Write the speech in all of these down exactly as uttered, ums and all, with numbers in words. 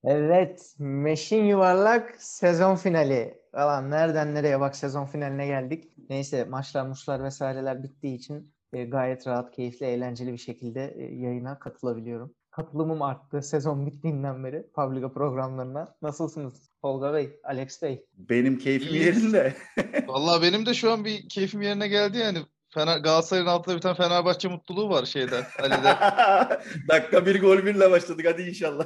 Evet, Meşin Yuvarlak sezon finali. Valla nereden nereye bak sezon finaline geldik. Neyse maçlar, muşlar vesaireler bittiği için e, gayet rahat, keyifli, eğlenceli bir şekilde e, yayına katılabiliyorum. Katılımım arttı sezon bittiğinden beri Publica programlarına. Nasılsınız Tolga Bey, Alex Bey? Benim keyfim İyiyiz. yerinde. Vallahi benim de şu an bir keyfim yerine geldi yani. Fener, Galatasaray'ın altında bir tane Fenerbahçe mutluluğu var şeyde Ali'de. Dakika bir gol birle başladık, hadi inşallah.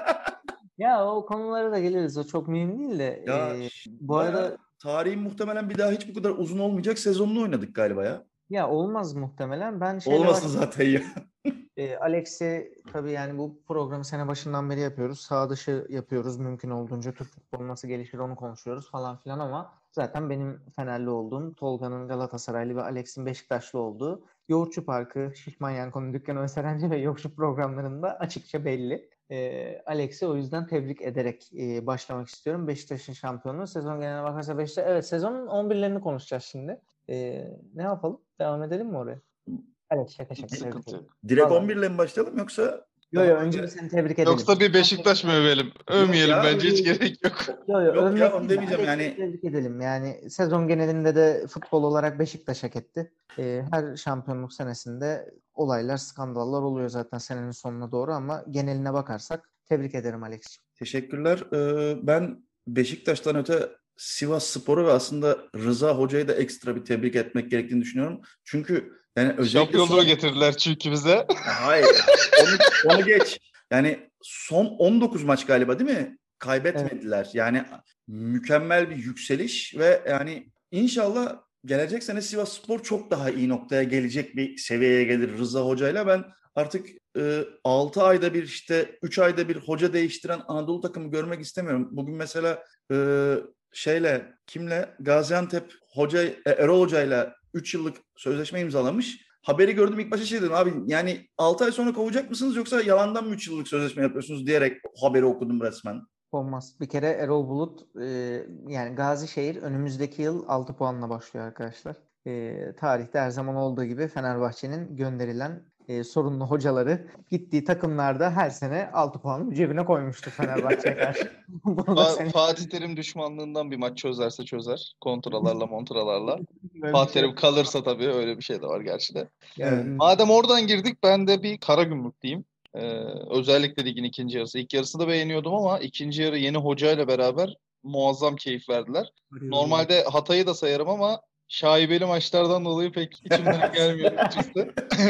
Ya o konulara da geliriz. O çok mühim değil de. Ya e, ş- bu arada bayağı tarihin muhtemelen bir daha hiç bu kadar uzun olmayacak sezonunu oynadık galiba ya. ya olmaz muhtemelen. Ben şeyle Olmasın başladım. zaten ya. E, Alex'i tabii yani bu programı sene başından beri yapıyoruz. Sağ dışı yapıyoruz mümkün olduğunca. Türk futbolu nasıl gelişir onu konuşuyoruz falan filan ama zaten benim Fenerli olduğum, Tolga'nın Galatasaraylı ve Alex'in Beşiktaşlı olduğu Yoğurtçu Parkı, Şişman Yanko'nun Dükkanı Öserenci ve Yoğurtçu programlarında açıkça belli. E, Alex'i o yüzden tebrik ederek e, başlamak istiyorum. Beşiktaş'ın şampiyonu. Sezon geneline bakarsa Beşiktaş. Evet, sezonun on birlerini konuşacağız şimdi. E, ne yapalım? Devam edelim mi oraya? Evet, şaka şaka, Hiç Di- tebrik sıkıntı ederim. yok. Direkt Vallahi. on bir ile mi başlayalım yoksa Yo daha yo, önce bir böyle... seni tebrik edelim. Yoksa bir Beşiktaş mı övelim? Yok Övmeyelim ya. bence hiç gerek yok. Yo yo, Yok ya, övmek onu değil de demeyeceğim Alex'i yani. tebrik edelim. Yani sezon genelinde de futbol olarak Beşiktaş hak etti. Ee, her şampiyonluk senesinde olaylar, skandallar oluyor zaten senenin sonuna doğru ama geneline bakarsak tebrik ederim Alex'ciğim. Teşekkürler. Ee, ben Beşiktaş'tan öte Sivasspor'u ve aslında Rıza Hoca'yı da ekstra bir tebrik etmek gerektiğini düşünüyorum. Çünkü yani özellikle Şampiyonluğu son... getirdiler çünkü bize. Hayır. Onu, onu geç. Yani son on dokuz maç galiba değil mi? Evet. Kaybetmediler. Yani mükemmel bir yükseliş ve yani inşallah gelecek sene Sivasspor çok daha iyi noktaya gelecek bir seviyeye gelir Rıza Hoca'yla. Ben artık e, altı ayda bir işte üç ayda bir hoca değiştiren Anadolu takımı görmek istemiyorum. Bugün mesela e, şeyle kimle Gaziantep Hoca e, Erol Hoca'yla üç yıllık sözleşme imzalamış. Haberi gördüm, ilk başta şey dedim, abi yani altı ay sonra kovacak mısınız yoksa yalandan mı üç yıllık sözleşme yapıyorsunuz diyerek haberi okudum resmen. Olmaz. Bir kere Erol Bulut e, yani Gazişehir önümüzdeki yıl altı puanla başlıyor arkadaşlar. E, tarihte her zaman olduğu gibi Fenerbahçe'nin gönderilen e, sorunlu hocaları gittiği takımlarda her sene altı puanı cebine koymuştur Fenerbahçe'ye karşı. Bunu da Fa- sene Fatih Terim düşmanlığından bir maç çözerse çözer. Kontralarla montralarla. böyle bir Fatih şey. Terim kalırsa tabii öyle bir şey de var gerçi de. Evet. Yani Madem oradan girdik ben de bir Karagümrük diyeyim. Ee, özellikle ligin ikinci yarısı. İlk yarısını da beğeniyordum ama ikinci yarı yeni hocayla beraber muazzam keyif verdiler. Normalde Hatay'ı da sayarım ama şaibeli maçlardan dolayı pek içimden gelmiyor açıkçası.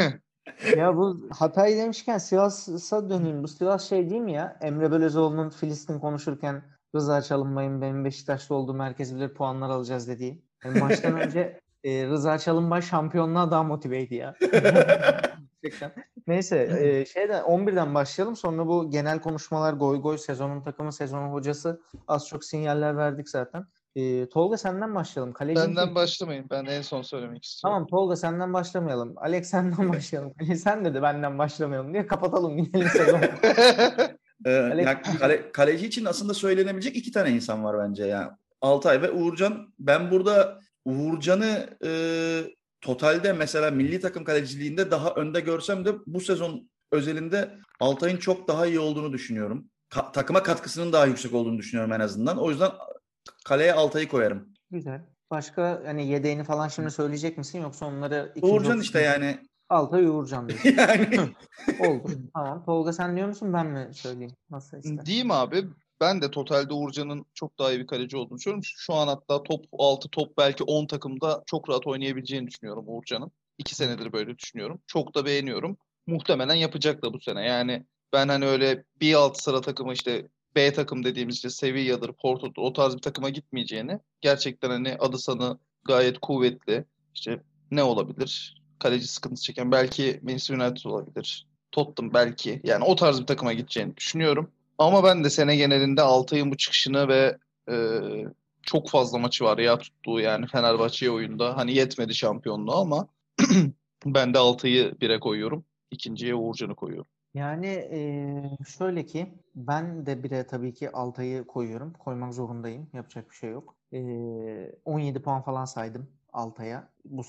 ya bu Hatay demişken Sivas'a döneyim. Bu Sivas şey değil mi ya? Emre Belözoğlu'nun Filistin konuşurken Rıza Çalınbay'ın benim Beşiktaşlı olduğum herkes bilir puanlar alacağız dediği. Yani maçtan önce e, Rıza Çalınbay şampiyonluğa daha motiveydi ya. Gerçekten. Neyse e, şeyden on birden başlayalım. Sonra bu genel konuşmalar goy goy sezonun takımı sezonun hocası az çok sinyaller verdik zaten. E, Tolga senden başlayalım. Kalecin kim? Benden başlamayın. Ben en son söylemek istiyorum. Tamam Tolga senden başlamayalım. Alex senden başlayalım. Ali sen dedi benden başlamayalım diye kapatalım gidelim sezon. Ee, Alex ya kale, kaleci için aslında söylenebilecek iki tane insan var bence ya. Altay ve Uğurcan. Ben burada Uğurcan'ı e, totalde mesela milli takım kaleciliğinde daha önde görsem de bu sezon özelinde Altay'ın çok daha iyi olduğunu düşünüyorum. Ka- takıma katkısının daha yüksek olduğunu düşünüyorum en azından. O yüzden kaleye Altay'ı koyarım. güzel. Başka hani yedeğini falan şimdi söyleyecek misin yoksa onları ikinci Uğurcan işte opsiyon yani. Altay Uğurcan diyorsun. Yani Oldu. Tamam. Tolga sen diyor musun ben mi söyleyeyim? Nasıl istersen. Diyeyim abi. Ben de totalde Uğurcan'ın çok daha iyi bir kaleci olduğunu düşünüyorum. Şu an hatta top altı, top belki on takımda çok rahat oynayabileceğini düşünüyorum Uğurcan'ın. İki Hı. senedir böyle düşünüyorum. Çok da beğeniyorum. Muhtemelen yapacak da bu sene. Yani ben hani öyle bir alt sıra takımı işte B takım dediğimiz işte Sevilla'dır, Porto'dur o tarz bir takıma gitmeyeceğini. Gerçekten hani adı sanı gayet kuvvetli. İşte ne olabilir? Kaleci sıkıntısı çeken belki Manchester United olabilir. Tottenham belki. Yani o tarz bir takıma gideceğini düşünüyorum. Ama ben de sene genelinde Altay'ın bu çıkışını ve e, çok fazla maçı var ya tuttuğu yani Fenerbahçe'ye oyunda. Hani yetmedi şampiyonluğu ama ben de Altay'ı bire koyuyorum. İkinciye Uğurcan'ı koyuyorum. Yani eee, şöyle ki ben de bire tabii ki Altay'ı koyuyorum. Koymak zorundayım. Yapacak bir şey yok. Eee, on yedi puan falan saydım Altay'a bu sene.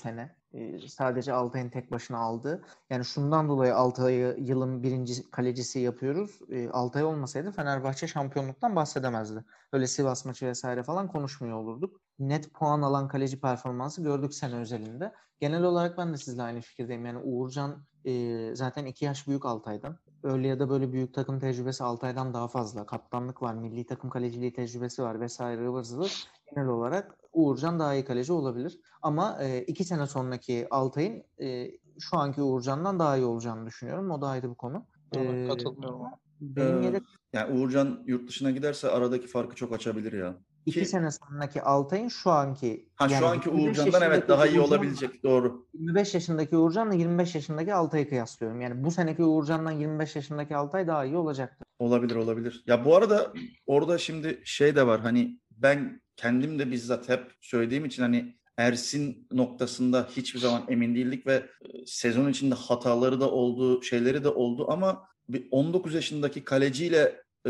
e, sadece Altay'ın tek başına aldığı. Yani şundan dolayı Altay'ı yılın birinci kalecisi yapıyoruz. E, Altay olmasaydı Fenerbahçe şampiyonluktan bahsedemezdi. Öyle Sivas maçı vesaire falan konuşmuyor olurduk. Net puan alan kaleci performansı gördük sene özelinde. Genel olarak ben de sizle aynı fikirdeyim. Yani Uğurcan e, zaten iki yaş büyük Altay'dan. Öyle ya da böyle büyük takım tecrübesi Altay'dan daha fazla. Kaptanlık var, milli takım kaleciliği tecrübesi var vesaire ıvır zıvır. Genel olarak Uğurcan daha iyi kaleci olabilir. Ama e, iki sene sonraki Altay'ın e, şu anki Uğurcan'dan daha iyi olacağını düşünüyorum. O da ayrı bir konu. Evet, E, katılmıyorum. benim Ee, yedek yani Uğurcan yurt dışına giderse aradaki farkı çok açabilir ya. iki Ki sene sonraki Altay'ın şu anki ha şu yani anki yirmi beş Uğurcan'dan evet yaşındaki daha iyi Uğurcan'la olabilecek. Doğru. yirmi beş yaşındaki Uğurcan'la yirmi beş yaşındaki Altay'ı kıyaslıyorum. Yani bu seneki Uğurcan'dan yirmi beş yaşındaki Altay daha iyi olacaktır. Olabilir olabilir. Ya bu arada orada şimdi şey de var, hani ben kendim de bizzat hep söylediğim için hani Ersin noktasında hiçbir zaman emin değildik ve e, sezon içinde hataları da oldu, şeyleri de oldu ama bir on dokuz yaşındaki kaleciyle e,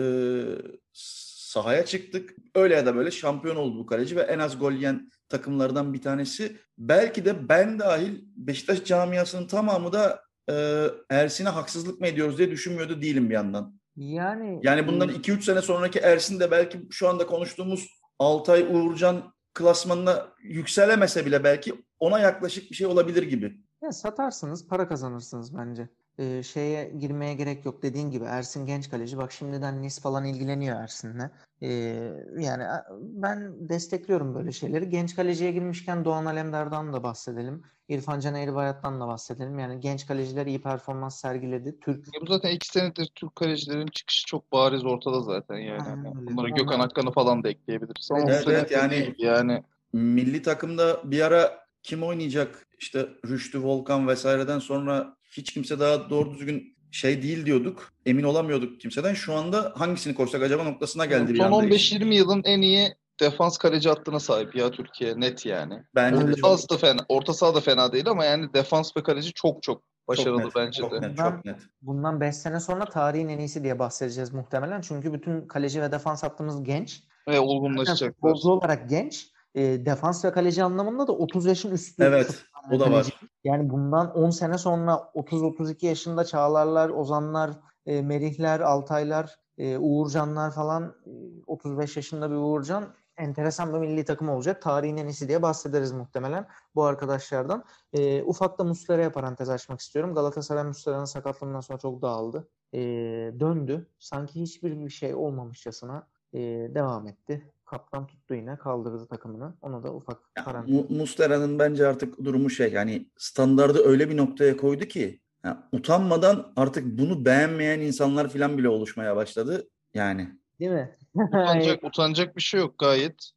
sahaya çıktık. Öyle ya da böyle şampiyon oldu bu kaleci ve en az gol yiyen takımlardan bir tanesi. Belki de ben dahil Beşiktaş camiasının tamamı da e, Ersin'e haksızlık mı ediyoruz diye düşünmüyordu değilim bir yandan. Yani Yani bundan iki üç sene sonraki Ersin de belki şu anda konuştuğumuz Altay Uğurcan klasmanına yükselemese bile belki ona yaklaşık bir şey olabilir gibi. ya satarsınız, para kazanırsınız bence. Ee, şeye girmeye gerek yok. Dediğin gibi Ersin genç kaleci. Bak şimdiden Nice falan ilgileniyor Ersin'le. Ee, yani a- ben destekliyorum böyle şeyleri. Genç kaleciye girmişken Doğan Alemdar'dan da bahsedelim. İrfan Can Eğribayat'tan da bahsedelim. Yani genç kaleciler iyi performans sergiledi. Türk Ya bu zaten iki senedir Türk kalecilerin çıkışı çok bariz ortada zaten yani. Hani Aynen öyle. bunlara Gökhan Onlar Akkan'ı falan da ekleyebiliriz. Ama bu evet, Evet sene evet öyle yani değil yani. milli takımda bir ara kim oynayacak işte Rüştü Volkan vesaireden sonra hiç kimse daha doğru düzgün şey değil diyorduk. Emin olamıyorduk kimseden. Şu anda hangisini koysak acaba noktasına geldi bir Son anda iş. on beş yirmi yılın en iyi defans kaleci hattına sahip ya Türkiye, net yani. Bence de öyle. Orta çok sahası da fena, orta saha da fena değil ama yani defans ve kaleci çok çok çok başarılı net. bence Çok de. net. Bundan Çok net. bundan beş sene sonra tarihin en iyisi diye bahsedeceğiz muhtemelen. Çünkü bütün kaleci ve defans hattımız genç. Ve Zaten futbolcu olgunlaşacaklar. olarak genç. E, defans ve kaleci anlamında da otuz yaşın üstü Evet. futbol ve O da kaleci. var. Yani bundan on sene sonra otuz otuz iki yaşında Çağlarlar, Ozanlar, e, Merihler, Altaylar, e, Uğurcanlar falan e, otuz beş yaşında bir Uğurcan enteresan bir milli takım olacak. Tarihin en iyisi diye bahsederiz muhtemelen bu arkadaşlardan. E, ufak da Muslera'ya parantez açmak istiyorum. Galatasaray Muslera'nın sakatlığından sonra çok dağıldı. E, döndü. Sanki hiçbir bir şey olmamışçasına e, devam etti. Kaptan tuttu yine kaldırdı takımını. Ona da ufak Ya, parantez. Mu- Muslera'nın bence artık durumu şey, yani standardı öyle bir noktaya koydu ki ya, utanmadan artık bunu beğenmeyen insanlar falan bile oluşmaya başladı. Yani Değil mi? Utanacak, utanacak bir şey yok gayet.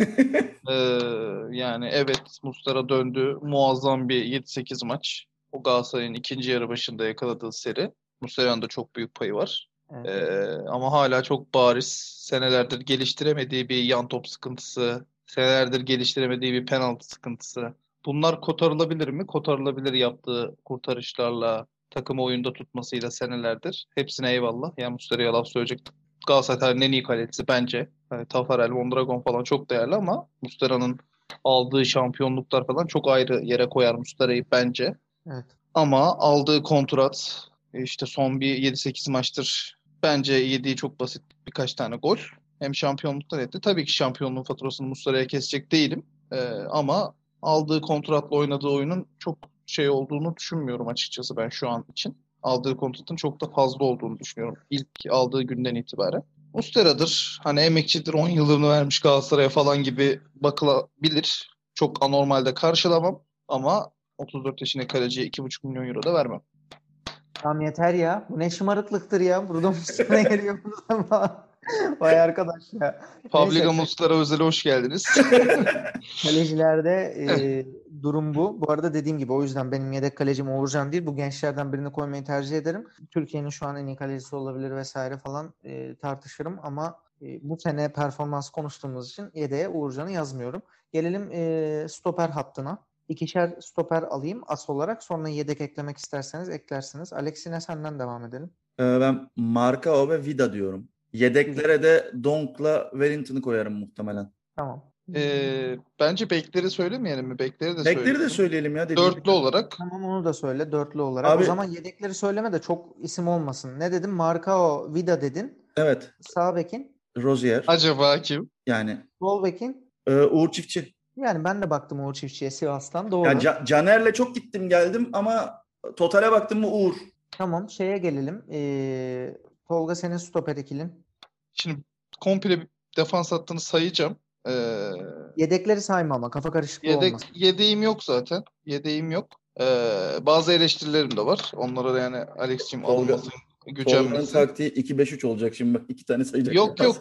Ee, yani evet, Muslera döndü. Muazzam bir yedi sekiz maç. O Galatasaray'ın ikinci yarı başında yakaladığı seri. Muslera'nın da çok büyük payı var. Evet. Ee, ama hala çok bariz, senelerdir geliştiremediği bir yan top sıkıntısı, senelerdir geliştiremediği bir penaltı sıkıntısı. Bunlar kotarılabilir mi? Kotarılabilir, yaptığı kurtarışlarla, takımı oyunda tutmasıyla senelerdir. Hepsine eyvallah. Yani Muslera'ya laf söyleyecek. Galatasaray tarihinin en iyi kalecisi bence. Yani Tafarel, Mondragon falan çok değerli ama Muslera'nın aldığı şampiyonluklar falan çok ayrı yere koyar Muslera'yı bence. Evet. Ama aldığı kontrat, işte son bir yedi sekiz maçtır bence yediği çok basit birkaç tane gol. Hem şampiyonluktan etti. Tabii ki şampiyonluğun faturasını Muslera'ya kesecek değilim. Ee, ama aldığı kontratla oynadığı oyunun çok şey olduğunu düşünmüyorum açıkçası ben şu an için. Aldığı kontratın çok da fazla olduğunu düşünüyorum ilk aldığı günden itibaren. Muslera'dır. Hani emekçidir, on yıllığını vermiş Galatasaray'a falan gibi bakılabilir. Çok anormalde karşılamam ama otuz dört yaşındaki kaleciye iki buçuk milyon euro da vermem. Tamam yeter ya. Bu ne şımarıklıktır ya. Burada Muslera geliyor burada falan. Vay arkadaş ya. Neyse Fabriga Muslera özele hoş geldiniz. kalecilerde e, durum bu. Bu arada dediğim gibi o yüzden benim yedek kalecim Uğurcan değil. Bu gençlerden birini koymayı tercih ederim. Türkiye'nin şu an en iyi kalecisi olabilir vesaire falan e, tartışırım ama e, bu sene performans konuştuğumuz için yedeğe Uğurcan'ı yazmıyorum. Gelelim e, stoper hattına. İkişer stoper alayım as olarak. Sonra yedek eklemek isterseniz eklersiniz. Alexine senden devam edelim. Ee, ben Marcao ve Vida diyorum. Güzel. Yedeklere de Donk'la Wellington'ı koyarım muhtemelen. Tamam. Ee, bence bekleri söylemeyelim mi? Bekleri de Bekleri de söyleyelim. söyleyelim ya dediğin Dörtlü gibi. olarak. Tamam, onu da söyle dörtlü olarak. O Abi zaman yedekleri söyleme de çok isim olmasın. Ne dedin? Marcao, Vida dedin. evet. Sağ bekin. Rozier. Acaba kim? Yani Sol bekin. e, Uğur Çiftçi. Yani ben de baktım Uğur Çiftçi'ye Sivas'tan. Doğru. Yani Ca- Caner'le çok gittim geldim ama totale baktım mı Uğur. Tamam, şeye gelelim. Ee, Tolga, senin stoper ikilin. Şimdi komple bir defans hattını sayacağım. Ee, Yedekleri sayma ama kafa karışıklığı yedek olmasın. yedeğim yok zaten. Yedeğim yok. Ee, bazı eleştirilerim de var. Onlara da yani Alex'ciğim Tolga- alınmasın, Tolga'nın gücenmesin. taktiği iki beş üç olacak şimdi bak iki tane sayacak. Yok yok.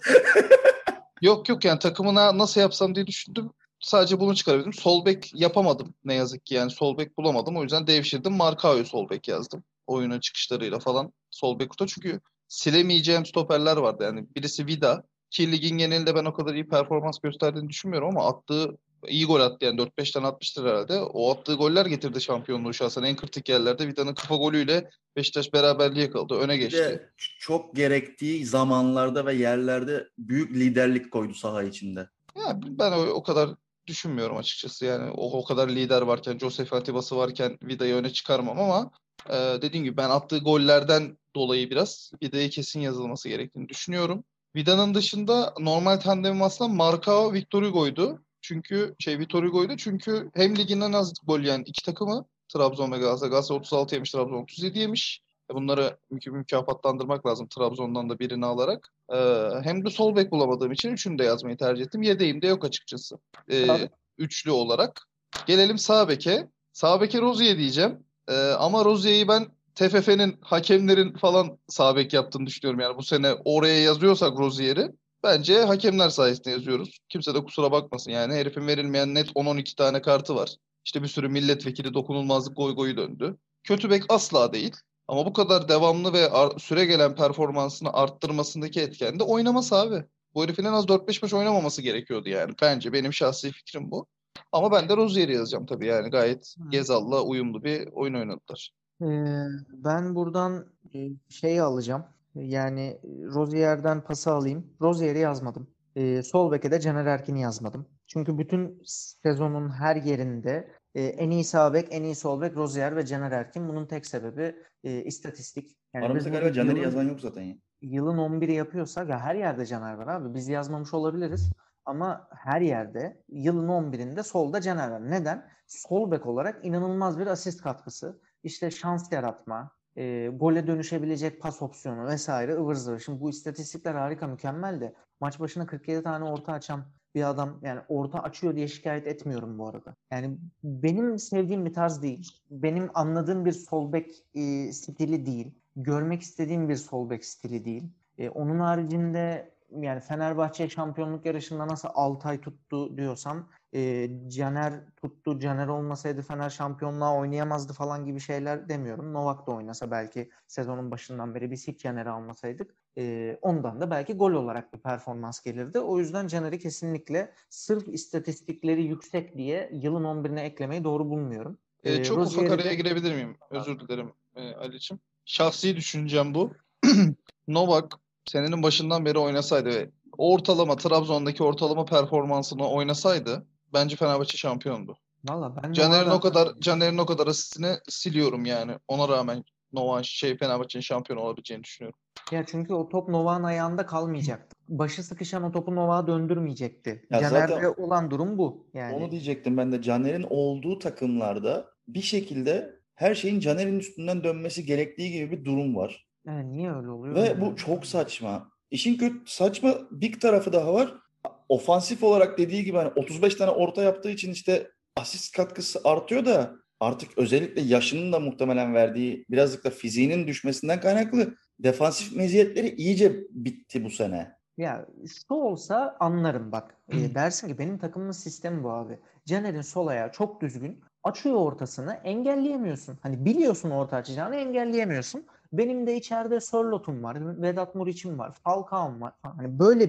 Yok yok yani takımına nasıl yapsam diye düşündüm. Sadece bunu çıkarabildim. Sol bek yapamadım ne yazık ki. Yani sol bek bulamadım. O yüzden devşirdim. Marcao'yu sol bek yazdım. Oyunun çıkışlarıyla falan sol bek kutu. Çünkü silemeyeceğim stoperler vardı. Yani birisi Vida. Ki ligin genelinde ben o kadar iyi performans gösterdiğini düşünmüyorum ama attığı iyi gol attı. Yani dört beş tane atmıştır herhalde. O attığı goller getirdi şampiyonluğu şahsen. En kritik yerlerde Vida'nın kafa golüyle Beşiktaş beraberliği yakaladı. Öne Bir geçti. de çok gerektiği zamanlarda ve yerlerde büyük liderlik koydu saha içinde. Ya ben o, o kadar düşünmüyorum açıkçası. Yani o, o kadar lider varken, Josef Atiba'sı varken Vida'yı öne çıkarmam ama e, dediğim gibi ben attığı gollerden dolayı biraz Vida'yı kesin yazılması gerektiğini düşünüyorum. Vida'nın dışında normal tandemim aslında Marcao, Victor Hugo'ydu. Çünkü şey Victor Hugo'ydu. Çünkü hem ligin en az gol yiyen iki takımı Trabzon ve Galatasaray. Galatasaray otuz altı yemiş, Trabzon otuz yedi yemiş. E, Bunları mü- mükafatlandırmak lazım Trabzon'dan da birini alarak. Ee, hem de sol bek bulamadığım için üçünü de yazmayı tercih ettim. Yedeğim de yok açıkçası. Ee, üçlü olarak. Gelelim sağ beke. Sağ beke Rozier diyeceğim. Ee, ama Rozier'i ben T F F'nin, hakemlerin falan sağ bek yaptığını düşünüyorum. Yani bu sene oraya yazıyorsak Rozier'i bence hakemler sayesinde yazıyoruz. Kimse de kusura bakmasın. Yani herifin verilmeyen net on on iki tane kartı var. İşte bir sürü milletvekili dokunulmazlık goy goyu döndü. Kötü bek asla değil. Ama bu kadar devamlı ve ar- süre gelen performansını arttırmasındaki etken de oynaması abi. Bu herifin en az dört beş maç oynamaması gerekiyordu yani. Bence benim şahsi fikrim bu. Ama ben de Rozier'i yazacağım tabii yani. Gayet Hı. Gezal'la uyumlu bir oyun oynadılar. Ee, ben buradan e, şeyi alacağım. Yani Rozier'den pası alayım. Rozier'i yazmadım. Ee, sol beke de Caner Erkin'i yazmadım. Çünkü bütün sezonun her yerinde e, en iyi sağ bek, en iyi sol bek Rozier ve Caner Erkin. Bunun tek sebebi e, istatistik. Yani Aramızda biz galiba burada Caner'i yılın, yazan yok zaten ya. yılın on biri yapıyorsak ya her yerde Caner var abi. Biz yazmamış olabiliriz. Ama her yerde yılın on birinde solda Caner var. Neden? Sol bek olarak inanılmaz bir asist katkısı. İşte şans yaratma, e, gole dönüşebilecek pas opsiyonu vesaire ıvır zıvır. Şimdi bu istatistikler harika, mükemmel de maç başına kırk yedi tane orta açan bir adam, yani orta açıyor diye şikayet etmiyorum bu arada. Yani benim sevdiğim bir tarz değil. Benim anladığım bir sol bek e, stili değil. Görmek istediğim bir sol bek stili değil. E, onun haricinde yani Fenerbahçe şampiyonluk yarışında nasıl Altay tuttu diyorsam e, Caner tuttu. Caner olmasaydı Fener şampiyonluğa oynayamazdı falan gibi şeyler demiyorum. Novak da oynasa belki sezonun başından beri biz hiç Caner'i almasaydık e, ondan da belki gol olarak bir performans gelirdi. O yüzden Caner'i kesinlikle sırf istatistikleri yüksek diye yılın on birine eklemeyi doğru bulmuyorum. Ee, E, çok ufak Rozier'i araya de girebilir miyim? Özür dilerim e, Ali'cim. Şahsi düşüncem bu. Novak senenin başından beri oynasaydı ve ortalama Trabzon'daki ortalama performansını oynasaydı bence Fenerbahçe şampiyondu. valla ben Caner'in o Novak'ı kadar Caner'in o kadar asistini siliyorum yani. Ona rağmen Novak şey Fenerbahçe'nin şampiyon olabileceğini düşünüyorum. Ya çünkü o top Novak'ın ayağında kalmayacaktı. Başı sıkışan o topu Novak'a döndürmeyecekti. Ya Caner'de zaten olan durum bu. onu Yani diyecektim ben de Caner'in olduğu takımlarda bir şekilde her şeyin Caner'in üstünden dönmesi gerektiği gibi bir durum var. yani niye öyle oluyor Ve bu bilmiyorum. çok saçma. İşin kötü saçma bir tarafı daha var. Ofansif olarak dediği gibi hani otuz beş tane orta yaptığı için işte asist katkısı artıyor da artık özellikle yaşının da muhtemelen verdiği birazcık da fiziğinin düşmesinden kaynaklı defansif meziyetleri iyice bitti bu sene. Ya şu olsa anlarım bak. E, dersin ki benim takımımın sistemi bu abi. Caner'in sol ayağı çok düzgün. Açıyor ortasını, engelleyemiyorsun. Hani biliyorsun orta açacağını, engelleyemiyorsun. Benim de içeride Sörlot'um var, Vedat Muriç'im var, Falcao'm var. Hani böyle bir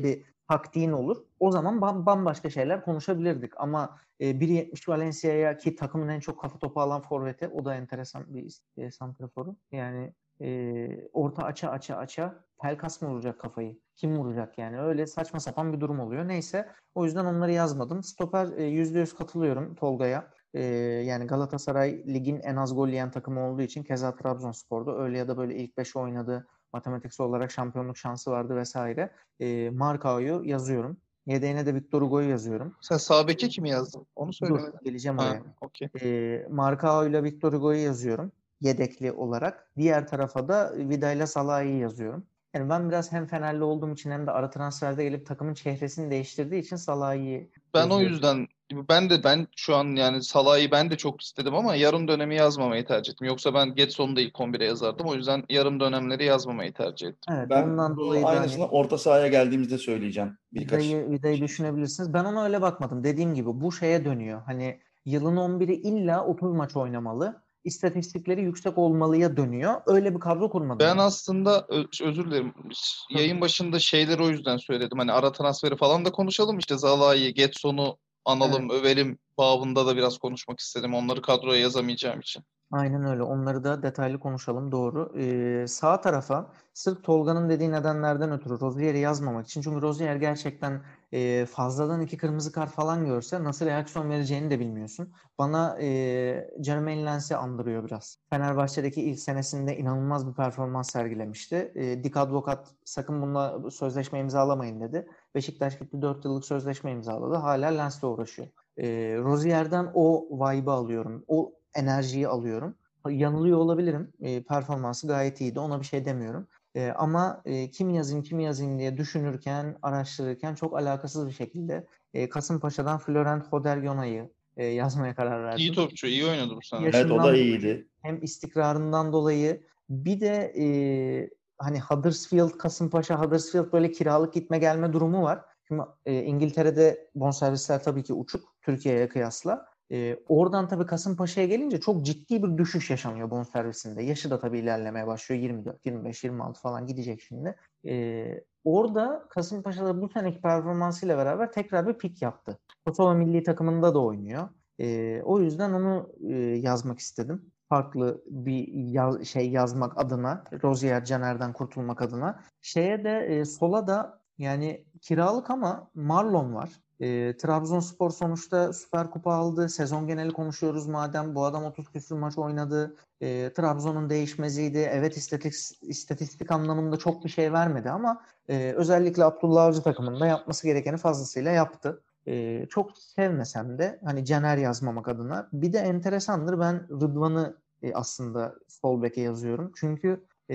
taktiğin olur. O zaman bam, bambaşka şeyler konuşabilirdik. Ama e, bir yetmiş Valencia'ya, ki takımın en çok kafa topu alan forveti, o da enteresan bir e, santraforu. Yani e, orta aça aça aça Pelkas mı vuracak kafayı? Kim vuracak yani? Öyle saçma sapan bir durum oluyor. Neyse, o yüzden onları yazmadım. Stoper e, yüzde yüz katılıyorum Tolga'ya. E, yani Galatasaray ligin en az gol yiyen takımı olduğu için, keza Trabzonspor'da öyle ya da böyle ilk beşe oynadı. Matematiksel olarak şampiyonluk şansı vardı vesaire. E, Markao'yu yazıyorum. Yedeğine de Victor Hugo'yu yazıyorum. Sen sağ beke kimi yazdın? Onu Dur, söylemedin. geleceğim Ha, oraya. okey. E, Markao ile Victor Hugo'yu yazıyorum yedekli olarak. Diğer tarafa da Vida ile Salah'ı yazıyorum. Yani ben biraz hem Fenerli olduğum için hem de ara transferde gelip takımın çehresini değiştirdiği için Salah'ı Ben o yazıyorum. yüzden ben de ben şu an yani Salah'ı ben de çok istedim ama yarım dönemi yazmamayı tercih ettim. Yoksa ben Getson'u da ilk on bire yazardım. O yüzden yarım dönemleri yazmamayı tercih ettim. Evet, Ben ondan bunun dolayı da aynısını hani orta sahaya geldiğimizde söyleyeceğim. Birkaç Vida'yı, Vida'yı şey. düşünebilirsiniz. Ben ona öyle bakmadım. Dediğim gibi bu şeye dönüyor. Hani yılın on biri illa otuz maç oynamalı. İstatistikleri yüksek olmalıya dönüyor. Öyle bir kadro kurmadım Ben ben. aslında ö- özür dilerim. Tabii. Yayın başında şeyleri o yüzden söyledim. Hani ara transferi falan da konuşalım. İşte Zalai'yi, Getson'u Evet. analım, övelim babında da biraz konuşmak istedim. Onları kadroya yazamayacağım için. Aynen öyle. Onları da detaylı konuşalım. Doğru. Ee, sağ tarafa sırf Tolga'nın dediği nedenlerden ötürü Rozier'i yazmamak için. Çünkü Rozier gerçekten e, fazladan iki kırmızı kart falan görse nasıl reaksiyon vereceğini de bilmiyorsun. Bana e, Jermaine Lens'i andırıyor biraz. Fenerbahçe'deki ilk senesinde inanılmaz bir performans sergilemişti. E, Dik Advokat sakın bununla sözleşme imzalamayın dedi. Beşiktaş gitti dört yıllık sözleşme imzaladı. Hala Lens'le uğraşıyor. E, Rozier'den o vibe'ı alıyorum. O enerjiyi alıyorum. Yanılıyor olabilirim. E, performansı gayet iyiydi. Ona bir şey demiyorum. E, ama e, kim yazayım kim yazayım diye düşünürken, araştırırken çok alakasız bir şekilde e, Kasımpaşa'dan Florent Hodergona'yı e, yazmaya karar İyi verdim. topçu, iyi oynadı bu sene. Evet, o da Yaşından dolayı iyiydi. hem istikrarından dolayı bir de e, hani Huddersfield, Kasımpaşa, Huddersfield böyle kiralık gitme gelme durumu var. Şimdi e, İngiltere'de bonservisler tabii ki uçuk Türkiye'ye kıyasla. E, oradan tabii Kasımpaşa'ya gelince çok ciddi bir düşüş yaşanıyor bonservisinde. Yaşı da tabii ilerlemeye başlıyor. yirmi dört, yirmi beş, yirmi altı falan gidecek şimdi. E, orada Kasımpaşa'da bu seneki performansıyla beraber tekrar bir pik yaptı. Kosova milli takımında da oynuyor. E, o yüzden onu e, yazmak istedim. Farklı bir yaz, şey yazmak adına, Rozier Caner'den kurtulmak adına. Şeye de e, sola da yani kiralık ama Marlon var. E, Trabzonspor sonuçta Süper Kupa aldı. Sezon geneli konuşuyoruz madem. Bu adam otuz küsur maç oynadı. E, Trabzon'un değişmeziydi. Evet, istatistik, istatistik anlamında çok bir şey vermedi ama e, özellikle Abdullah Avcı takımında yapması gerekeni fazlasıyla yaptı. E, çok sevmesem de hani Caner yazmamak adına. Bir de enteresandır, ben Rıdvan'ı e, aslında sol beke yazıyorum. Çünkü e,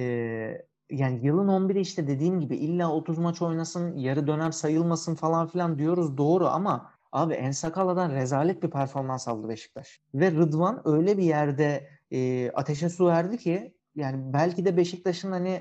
yani yılın on biri işte dediğim gibi illa otuz maç oynasın, yarı dönem sayılmasın falan filan diyoruz, doğru, ama abi Ensakala'dan rezalet bir performans aldı Beşiktaş. Ve Rıdvan öyle bir yerde e, ateşe su verdi ki yani belki de Beşiktaş'ın hani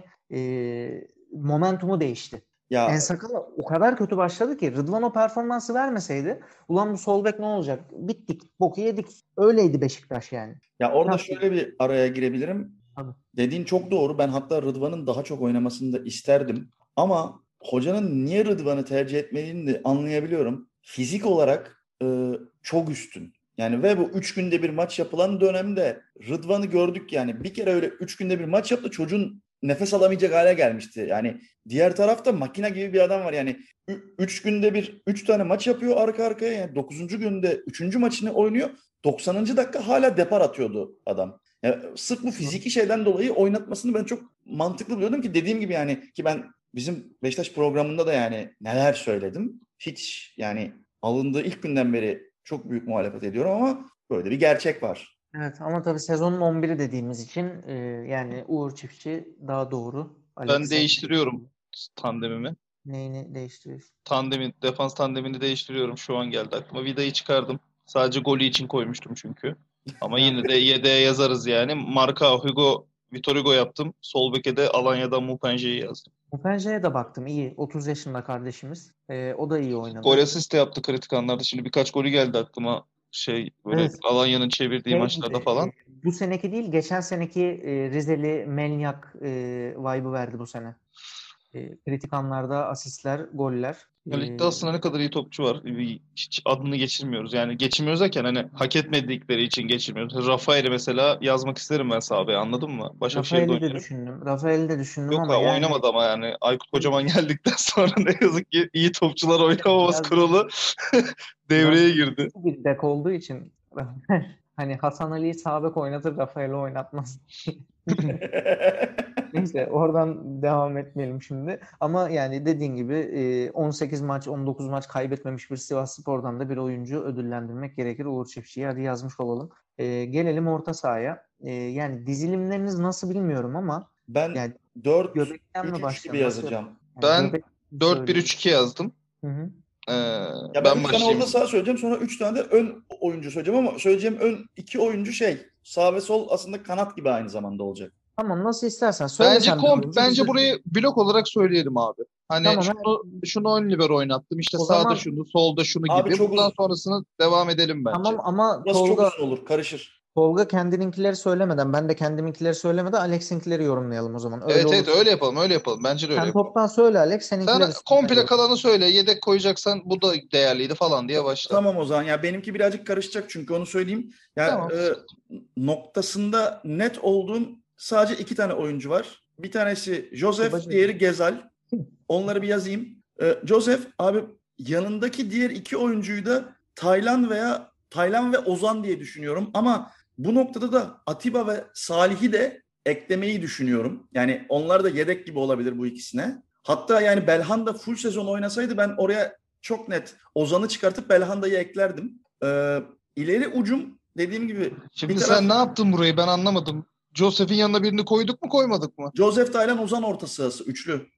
e, momentumu değişti. Ya Ensakala o kadar kötü başladı ki Rıdvan o performansı vermeseydi ulan bu sol bek ne olacak? Bittik, boku yedik. Öyleydi Beşiktaş yani. ya orada Nasıl? şöyle bir araya girebilirim. Tabii. Dediğin çok doğru. Ben hatta Rıdvan'ın daha çok oynamasını da isterdim. Ama hocanın niye Rıdvan'ı tercih etmediğini de anlayabiliyorum. Fizik olarak e, çok üstün. Yani ve bu üç günde bir maç yapılan dönemde Rıdvan'ı gördük yani. Bir kere öyle üç günde bir maç yaptı. Çocuğun nefes alamayacak hale gelmişti. Yani diğer tarafta makine gibi bir adam var. Yani ü- üç günde bir üç tane maç yapıyor arka arkaya. Yani dokuzuncu günde üçüncü maçını oynuyor. doksanıncı dakika hala depar atıyordu adam. Ya, sırf bu fiziki şeyden dolayı oynatmasını ben çok mantıklı buluyordum ki dediğim gibi yani ki ben bizim Beşiktaş programında da yani neler söyledim. Hiç yani alındığı ilk günden beri çok büyük muhalefet ediyorum ama böyle bir gerçek var. Evet, ama tabii sezonun on biri dediğimiz için e, yani Uğur Çiftçi daha doğru. Ben Alex'e değiştiriyorum tandemimi. neyini değiştiriyorsun? Tandemi, defans tandemini değiştiriyorum. Şu an geldi aklıma. Vida'yı çıkardım. Sadece golü için koymuştum çünkü. Ama Ben yine de yedeğe yazarız yani. Marka Hugo, Vitor Hugo yaptım. Sol beke de Alanya'dan Mupence'yi yazdım. Mupence'ye de baktım, iyi. otuz yaşında kardeşimiz. E, o da iyi Gol oynadı. asist de yaptı kritik anlarda. Şimdi birkaç golü geldi aklıma. Şey böyle Evet. Alanya'nın çevirdiği Şey gibi maçlarda falan. e, bu seneki değil geçen seneki e, Rizeli Melnyak e, vibe'ı verdi bu sene. E, kritik anlarda asistler, goller. Ya ligde aslında ne kadar iyi topçu var. Hiç adını geçirmiyoruz. Yani geçirmiyoruz derken hani hak etmedikleri için geçirmiyoruz. Rafael'i mesela yazmak isterim ben sahabeye, anladın mı? Başakşehir'de Rafael'i de oynuyorum. düşündüm. Rafael'i de düşündüm Yok ama ha, yani oynamadı ama yani Aykut Kocaman geldikten sonra ne yazık ki iyi topçular oynamaması biraz kuralı biraz devreye girdi. bir bek olduğu için hani Hasan Ali'yi sağ bek oynatır, Rafael'i oynatmaz. Neyse oradan devam etmeyelim şimdi. Ama yani dediğin gibi e, on sekiz maç, on dokuz maç kaybetmemiş bir Sivasspor'dan da bir oyuncu ödüllendirmek gerekir. Uğur Çiftçi'yi hadi yazmış olalım. E, gelelim orta sahaya. E, yani dizilimleriniz nasıl bilmiyorum ama Ben yani dört göbekten mi üç üç gibi başlayalım? Nasıl yazacağım. yapalım? Yani Ben göbek dört bir söyleyeyim. üç iki yazdım. Hı hı. Ee, Ya ben ben üç tane orta başlayayım. saha söyleyeceğim, sonra üç tane de ön oyuncu söyleyeceğim ama söyleyeceğim ön iki oyuncu şey, sağ ve sol aslında kanat gibi aynı zamanda olacak. Tamam, nasıl istersen. Söyle Bence sen bir komp oyuncu. Biz bence de... burayı blok olarak söyleyelim abi. Hani Tamam. şunu şunu ön libero oynattım. İşte O sağda zaman şunu, solda şunu Abi gibi. çok Buradan uzun. sonrasını devam edelim tamam bence. ama Burası çok Tolga uzun olur, karışır. Tolga kendininkileri söylemeden, ben de kendiminkileri söylemeden Alex'inkileri yorumlayalım o zaman. Öyle Evet evet, olursa. öyle yapalım, öyle yapalım. Bence de öyle Sen yapalım. toptan söyle Alex, Sen seninkileri sonra ben komple yorumlayayım. kalanı söyle. Yedek koyacaksan bu da değerliydi falan diye başla. Tamam o zaman. Ya benimki birazcık karışacak çünkü onu söyleyeyim. Ya Tamam. e, noktasında net olduğum sadece iki tane oyuncu var. Bir tanesi Joseph, Bacı. diğeri Gezal. Onları bir yazayım. E, Joseph abi, yanındaki diğer iki oyuncuyu da Taylan veya Taylan ve Ozan diye düşünüyorum. Ama bu noktada da Atiba ve Salih'i de eklemeyi düşünüyorum. Yani onlar da yedek gibi olabilir bu ikisine. Hatta yani Belhanda full sezon oynasaydı ben oraya çok net Ozan'ı çıkartıp Belhanda'yı eklerdim. Ee, ileri ucum dediğim gibi Şimdi bir taraf sen ne yaptın burayı, ben anlamadım. Joseph'in yanına birini koyduk mu koymadık mı? Joseph Taylan Ozan orta sahası üçlü.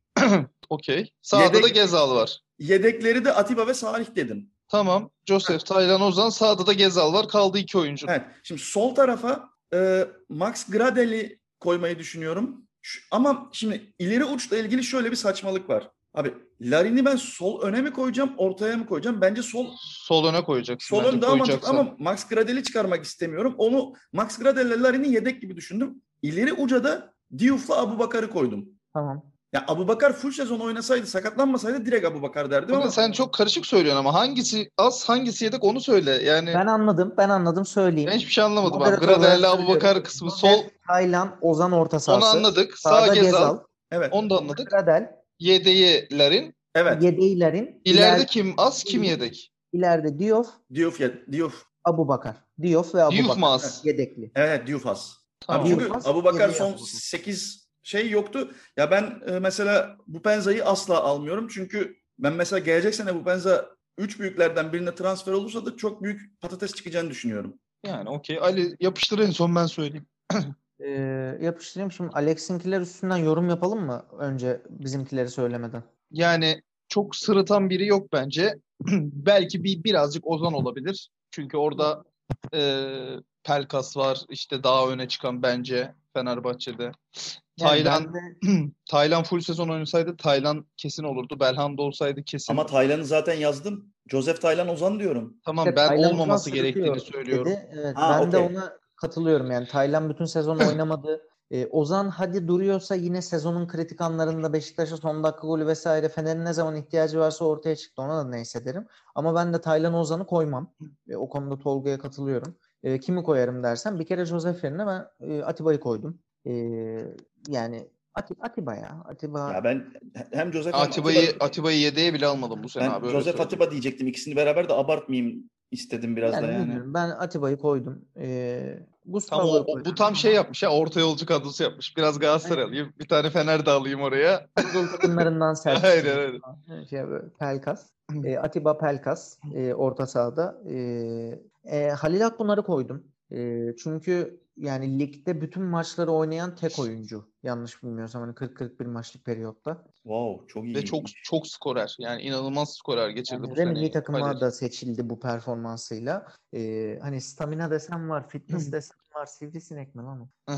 Okey. Sağda Yedek, da Gezal var. yedekleri de Atiba ve Salih dedim. Tamam. Joseph, Taylan, Ozan. Sağda da Gezal var. Kaldı iki oyuncu. Evet. Şimdi sol tarafa e, Max Gradel'i koymayı düşünüyorum. Şu, ama şimdi ileri uçla ilgili şöyle bir saçmalık var. Abi Larin'i ben sol öne mi koyacağım, ortaya mı koyacağım? Bence sol Sol öne koyacaksın sol bence, ön daha mantıklı koyacaksan. ama Max Gradel'i çıkarmak istemiyorum. Onu Max Gradel'le Larin'i yedek gibi düşündüm. İleri uca da Diouf'la Abubakar'ı koydum. Tamam. Ya Abubakar full sezon oynasaydı, sakatlanmasaydı direkt Abubakar derdim Bakın ama sen çok karışık söylüyorsun ama hangisi az hangisi yedek onu söyle. Yani Ben anladım. Ben anladım. ben Söyleyeyim. hiçbir şey anlamadım abi. Moderatör olarak Gradel'le söylüyorum. Abubakar kısmı sol, Joseph, Taylan, Ozan orta onu sahası. anladık. Sağ Sağda Gezal, Gezal. evet. onu da Solda anladık. Gradel. Yedeği Larin. Evet. Yedeğilerin. İleride İleride, kim az kim yedek? ileride Diouf, Diouf ya Diouf. Abubakar. Diouf ve Diouf mu Abubakar. az? Yedekli. Evet Diouf az. Abi Tamam. çünkü Diouf az. Abubakar Yedeği son Abubakar. sekiz şey yoktu. Ya ben e, mesela Bupenza'yı asla almıyorum. Çünkü ben mesela gelecek sene Bupenza üç büyüklerden birine transfer olursa da çok büyük patates çıkacağını düşünüyorum. Yani okey. Ali yapıştır, en son ben söyleyeyim. Ee, yapıştırayım. Şimdi Alex'inkiler üstünden yorum yapalım mı? Önce bizimkileri söylemeden. Yani çok sırıtan biri yok bence. Belki bir birazcık Ozan olabilir. Çünkü orada e, Pelkas var. İşte daha öne çıkan bence Fenerbahçe'de. Yani Taylan ben de Taylan full sezon oynasaydı Taylan kesin olurdu. Belhanda olsaydı kesin. Ama Taylan'ı zaten yazdım. Joseph Taylan Ozan diyorum. Tamam, işte ben Taylan Ozan olmaması gerektiğini sırıtıyor söylüyorum. dedi. Evet, Ha ben de okey. ona katılıyorum. Yani Taylan bütün sezon oynamadı. Ee, Ozan hadi duruyorsa yine sezonun kritik anlarında Beşiktaş'a son dakika golü vesaire, Fener'in ne zaman ihtiyacı varsa ortaya çıktı. Ona da neyse derim. Ama ben de Taylan Ozan'ı koymam. E, o konuda Tolga'ya katılıyorum. E, kimi koyarım dersen bir kere Joseph yerine ben e, Atiba'yı koydum. E, yani Ati- Atiba ya. Atiba Ya ben hem Joseph hem Atiba, Atiba'yı Atiba'yı yedeğe bile almadım bu sene ben abi, öyle Joseph söyleyeyim. Atiba diyecektim. İkisini beraber de abartmayayım istedim biraz da yani yani. bilmiyorum. Ben Atiba'yı koydum. E, Tam o, Gustavo'yu o- bu koydum tam şey yapmış ya, orta yolcu kadrosu yapmış. Biraz Galatasaray Evet. alayım, bir tane Fener de alayım oraya. Anadolu takımlarından Aynen serpiştirdim. aynen. Şey, böyle Pelkas. E, Atiba Pelkas e, orta sahada. E, e, Halil Akbunar'ı koydum. E, çünkü yani ligde bütün maçları oynayan tek oyuncu. Yanlış bilmiyorsam hani kırk kırk bir maçlık periyotta. Wow, çok Ve çok iyiymiş. çok skorer. Yani inanılmaz skorer geçirdi Yani bu ve milli seneyi. takıma Halil. da seçildi bu performansıyla. E, hani stamina desem var, fitness desem var, sivrisinek mi lan o?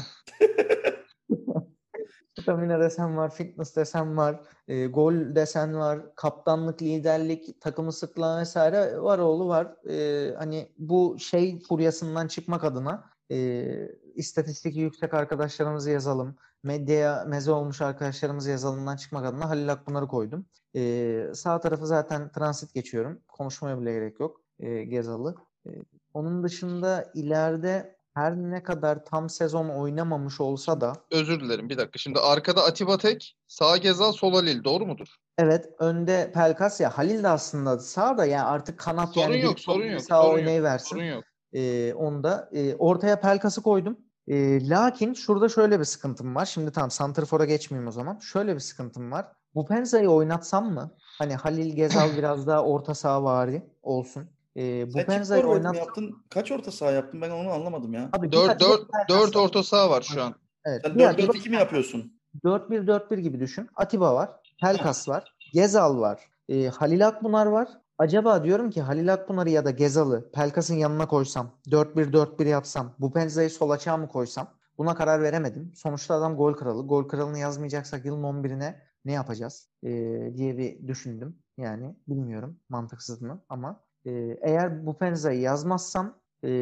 Stamina desen var, fitness desen var, e, gol desen var, kaptanlık, liderlik, takımı sıklığa vesaire var, oğlu var. E, hani bu şey furyasından çıkmak adına e, istatistik yüksek arkadaşlarımızı yazalım. medyaya meze olmuş arkadaşlarımız yazalımdan çıkmak adına Halil Akpınar'ı koydum. Ee, sağ tarafı zaten transit geçiyorum. Konuşmaya bile gerek yok. Ee, Gezal'ı. Ee, onun dışında ileride her ne kadar tam sezon oynamamış olsa da Özür dilerim bir dakika. Şimdi arkada Atiba Tek, sağ Gezal, sol Halil. Doğru mudur? evet, önde Pelkas, ya Halil de aslında sağ da yani artık kanat, Sorun yani yok, bir sorun bir yok, sağ sorun yok, oynayıversin. sorun yok. Ee, onda e, ortaya Pelkas'ı koydum. Ee, lakin şurada şöyle bir sıkıntım var. Şimdi tamam, santrfora geçmeyeyim o zaman. Şöyle bir sıkıntım var. Bu Penza'yı oynatsam mı? Hani Halil Gezal biraz daha orta sahavari olsun. Ee, bu Sen çift Penza'yı forvet mi oynatsam yaptın? Kaç orta saha yaptın? Ben onu anlamadım ya. abi, bir, Dört bir de dört dört Pelkas var. orta saha var şu an. Evet, Sen bir dört Atiba, dört iki mi yapıyorsun? dört bir dört bir gibi düşün. Atiba var. Pelkas var. Gezal var. e, Halil Akbunar var. Acaba diyorum ki Halil Akbunar'ı ya da Gezal'ı Pelkas'ın yanına koysam, dört bir dört bir yapsam, bu Penza'yı sol açığa mı koysam? Buna karar veremedim. Sonuçta adam gol kralı. Gol kralını yazmayacaksak yılın on birine ne yapacağız e, diye bir düşündüm. Yani bilmiyorum mantıksız mı ama e, eğer bu Penza'yı yazmazsam e,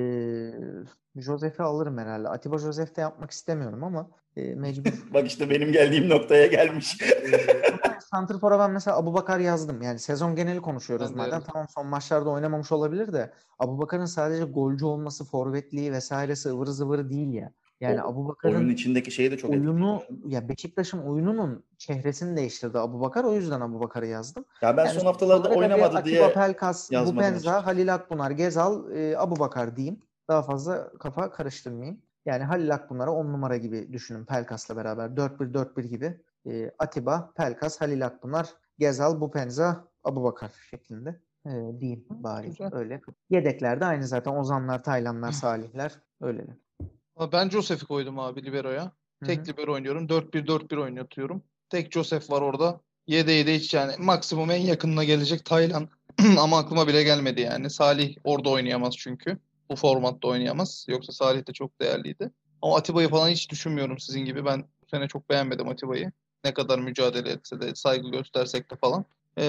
Josef'i alırım herhalde. Atiba Josef de yapmak istemiyorum ama e, mecbur. Bak işte benim geldiğim noktaya gelmiş. Ee, ama Santrfor'a ben mesela Abubakar yazdım. Yani sezon geneli konuşuyoruz Ben de madem. yazdım. Tamam, son maçlarda oynamamış olabilir de Abubakar'ın sadece golcü olması, forvetliği vesairesi ıvırı zıvırı değil ya. Yani O oyunun Abubakar'ın içindeki şeyi de çok etkili. oyunu, ya Beşiktaş'ın oyununun çehresini değiştirdi Abubakar. O yüzden Abubakar'ı yazdım. Ya ben Yani son sonuç haftalarda olarak hadi oynamadı Atiba, diye Pelkas, yazmadım Bupenza, açıkçası. Halil Akbunar, Gezal, e, Abubakar diyeyim. Daha fazla kafa karıştırmayayım. Yani Halil Akbunar'a on numara gibi düşünün Pelkas'la beraber. dört bir dört bir gibi. E, Atiba, Pelkas, Halil Akbunar, Gezal, Bupenza, Abubakar şeklinde e, diyeyim bari. Güzel. Öyle. Yedeklerde aynı zaten. Ozanlar, Taylanlar, Salihler. Öyleler. Ama ben Josef'i koydum abi libero'ya. Hı Tek hı. libero oynuyorum. dört bir dört bir oynatıyorum. Tek Josef var orada. Yedeği de hiç yani maksimum en yakınına gelecek Taylan. Ama aklıma bile gelmedi yani. Salih orada oynayamaz çünkü. Bu formatta oynayamaz. Yoksa Salih de çok değerliydi. Ama Atiba'yı falan hiç düşünmüyorum sizin gibi. Ben bu sene çok beğenmedim Atiba'yı. Ne kadar mücadele etse de saygı göstersek de falan.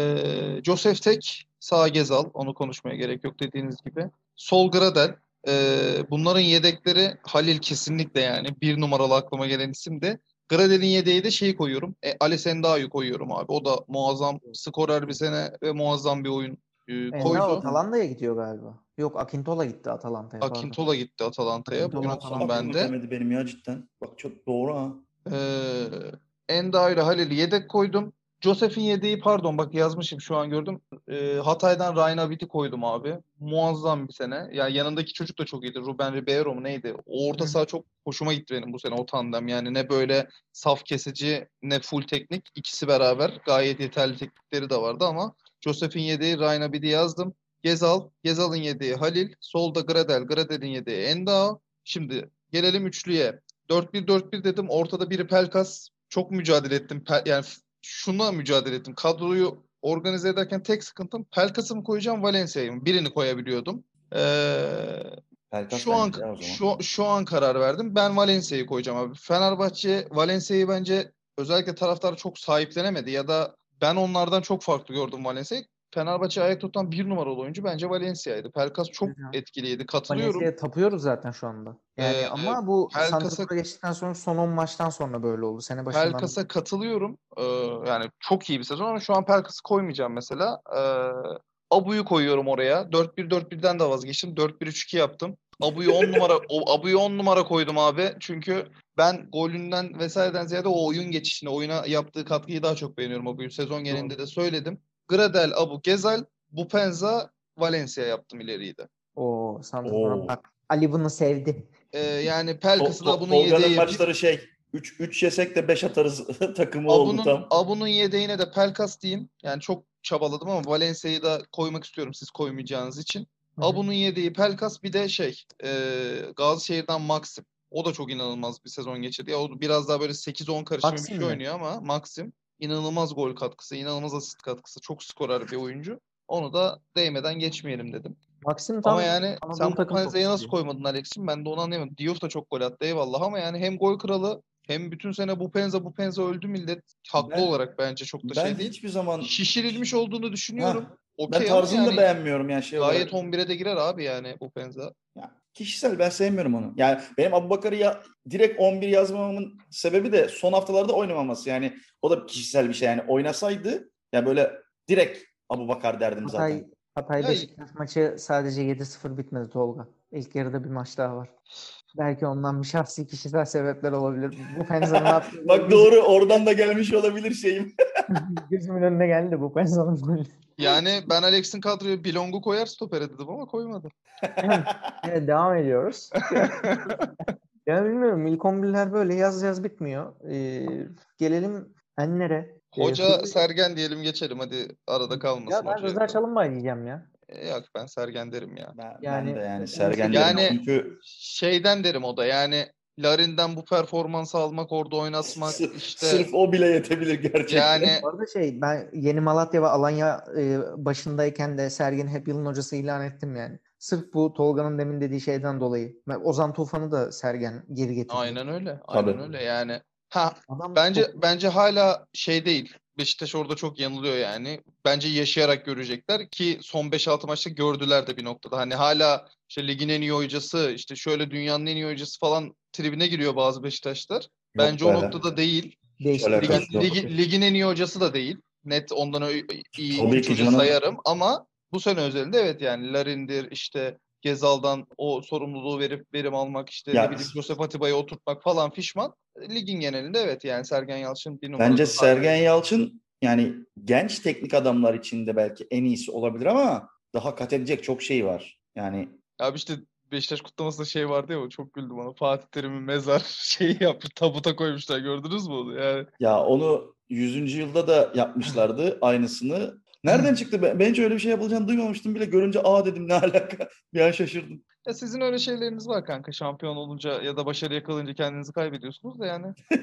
Ee, Josef Tek, sağ Gezal. Onu konuşmaya gerek yok dediğiniz gibi. Sol Gradel. Ee, bunların yedekleri Halil kesinlikle yani. Bir numaralı aklıma gelen isim de. Gradel'in yedeği de şeyi koyuyorum. E, Ali Sendao'yu koyuyorum abi. O da muazzam skorer bir sene ve muazzam bir oyun e, Enda koydu. Atalanta'ya gidiyor galiba. Yok, Akintola gitti Atalanta'ya, pardon. Akintola gitti Atalanta'ya. Akintola Bugün Nasıl okudum Atalanta'ya ben aklıma gitti. de. gelmedi benim ya cidden. Bak çok doğru ha. Ee, Enda ile Halil'i yedek koydum. Josef'in yedeği pardon bak yazmışım şu an gördüm. Ee, Hatay'dan Ryan Abit'i koydum abi. Muazzam bir sene. Yani yanındaki çocuk da çok iyiydi. Ruben Ribeiro mu neydi? O Hı orta hı. saha çok hoşuma gitti benim bu sene o tandem. Yani ne böyle saf kesici ne full teknik. İkisi beraber gayet yeterli teknikleri de vardı ama Josef'in yedeği Ryan Abit'i yazdım. Gezal, Gezal'ın yedeği Halil. Solda Gradel, Gradel'in yedeği Endao. Şimdi gelelim üçlüye. dört bir dört bir dedim. Ortada biri Pelkas. Çok mücadele ettim. Pe- yani f- şuna mücadele ettim. Kadroyu organize ederken tek sıkıntım Pelkas'ı mı koyacağım, Valencia'yı mı? Birini koyabiliyordum. Ee, Pelkas şu an bence ya o zaman. şu şu an karar verdim. Ben Valencia'yı koyacağım abi. Fenerbahçe Valencia'yı bence özellikle taraftar çok sahiplenemedi ya da ben onlardan çok farklı gördüm Valencia'yı. Fenerbahçe ayakta tutan bir numaralı oyuncu bence Valencia'ydı. Pelkas çok Güzel. etkiliydi. Katılıyorum. Valencia'ya tapıyoruz zaten şu anda. Yani Ee, ama bu Pelkas'a Santrafor'a geçtikten sonra son on maçtan sonra böyle oldu. Sene başından. Pelkas'a katılıyorum. Ee, yani çok iyi bir sezon ama şu an Pelkas'ı koymayacağım mesela. Ee, Abu'yu koyuyorum oraya. dört bir dört birden de vazgeçtim. dört bir üç iki yaptım. Abu'yu on numara o Abu'yu on numara koydum abi. Çünkü ben golünden vesaireden ziyade o oyun geçişini, oyuna yaptığı katkıyı daha çok beğeniyorum Abu'yu. Sezon Doğru. genelinde de söyledim. Gradel, Abu, Gezal, Bupenza, Valencia yaptım ileriyi de. O Santrafor'a Oo. bak. Ali bunu sevdi. Ee, yani To- Pelkas'ı da To- Abu'nun yedeği Tolga'nın yapayım. maçları şey üç üç yesek de beş atarız takımı oldu Abu'nun tam. Abu'nun yedeğine de Pelkas diyeyim. Yani çok çabaladım ama Valencia'yı da koymak istiyorum siz koymayacağınız için. Hı hı. Abu'nun yedeği Pelkas bir de şey e, Gazişehir'den Maxim. O da çok inanılmaz bir sezon geçirdi. Ya o biraz daha böyle sekiz on karışımı bir Maxim şey mi? oynuyor ama Maxim inanılmaz gol katkısı, inanılmaz asist katkısı. Çok skorer bir oyuncu. Onu da değmeden geçmeyelim dedim. Maxim Ama tam yani Anadolu sen bu takım Penza'yı nasıl topçusu. koymadın Alex'im? Ben de onu anlayamadım. Diouf da çok gol attı eyvallah ama yani hem gol kralı hem bütün sene bu Penza bu Penza öldü millet. Haklı Ben olarak bence çok da ben şey değil. hiçbir zaman Şişirilmiş olduğunu ha düşünüyorum. ben Okey ama tarzını da yani beğenmiyorum yani şey gayet olarak. on bire de girer abi yani bu Penza. Ya, kişisel, ben sevmiyorum onu. Yani benim Abubakar'ı ya, direkt on bir yazmamamın sebebi de son haftalarda oynamaması. Yani o da kişisel bir şey. Yani oynasaydı ya böyle direkt Abubakar derdim zaten. Hatay, Hatay Ya, Beşiktaş maçı sadece yedi sıfır bitmedi Tolga. İlk yarıda bir maç daha var. Belki ondan bir şahsi kişisel sebepler olabilir. Bu Penza'nın attığı Bak gol doğru, oradan da gelmiş olabilir şeyim. gözümün önüne geldi bu Penza'nın golü. yani ben Alex'in kadroya Bilong'u koyar stopere dedim ama koymadı. Evet, devam ediyoruz. Ya bilmiyorum, ilk on birler böyle yaz yaz bitmiyor. Ee, gelelim Enler'e. Ee, Hoca Hızlı- Sergen diyelim geçelim, hadi arada ya kalmasın ben hocaya Rıza da. Çalınbay diyeceğim ya. E, yok, ben Sergen derim ya. Ben, Yani ben de yani on Sergen sekiz derim. Yani Çünkü şeyden derim o da, yani Larin'den bu performansı almak, orada oynatmak sırf, işte, sırf o bile yetebilir gerçekten. yani Bu arada şey, ben Yeni Malatya ve Alanya e, başındayken de Sergen'i hep yılın hocası ilan ettim yani. Sırf bu Tolga'nın demin dediği şeyden dolayı. Ben Ozan Tufan'ı da Sergen geri getirdi. aynen öyle. Tabii. Aynen öyle yani. Ha, Adam bence çok bence hala şey değil. Beşiktaş orada çok yanılıyor yani. Bence yaşayarak görecekler ki son beş altı maçta gördüler de bir noktada. Hani hala işte ligin en iyi hocası, işte şöyle dünyanın en iyi hocası falan tribine giriyor bazı Beşiktaşlar. Yok Bence o be. noktada değil. Hiç değişti. Ligin, alakası yok. ligin, ligin en iyi hocası da değil. Net ondan ö- iyi Tabii üç ki hoca canım. sayarım ama bu sene özelinde evet, yani Larin'dir, işte Gezal'dan o sorumluluğu verip verim almak, işte ne Ya bileyim Josep Atiba'yı oturtmak falan fişman. Ligin genelinde evet, yani Sergen Yalçın bir bence numaradır hala. Sergen Yalçın yani genç teknik adamlar içinde belki en iyisi olabilir ama daha kat edecek çok şey var. Yani Abi işte Beşiktaş kutlamasında şey vardı ya, o çok güldüm ona. Fatih Terim'in mezar şeyi yapmış, tabuta koymuşlar, gördünüz mü onu? Yani ya onu yüzüncü yılda da yapmışlardı aynısını. Nereden çıktı? Ben, ben hiç öyle bir şey yapılacağını duymamıştım bile. Görünce aa dedim, ne alaka? Bir an şaşırdım. ya sizin öyle şeyleriniz var kanka. Şampiyon olunca ya da başarı yakalayınca kendinizi kaybediyorsunuz da yani.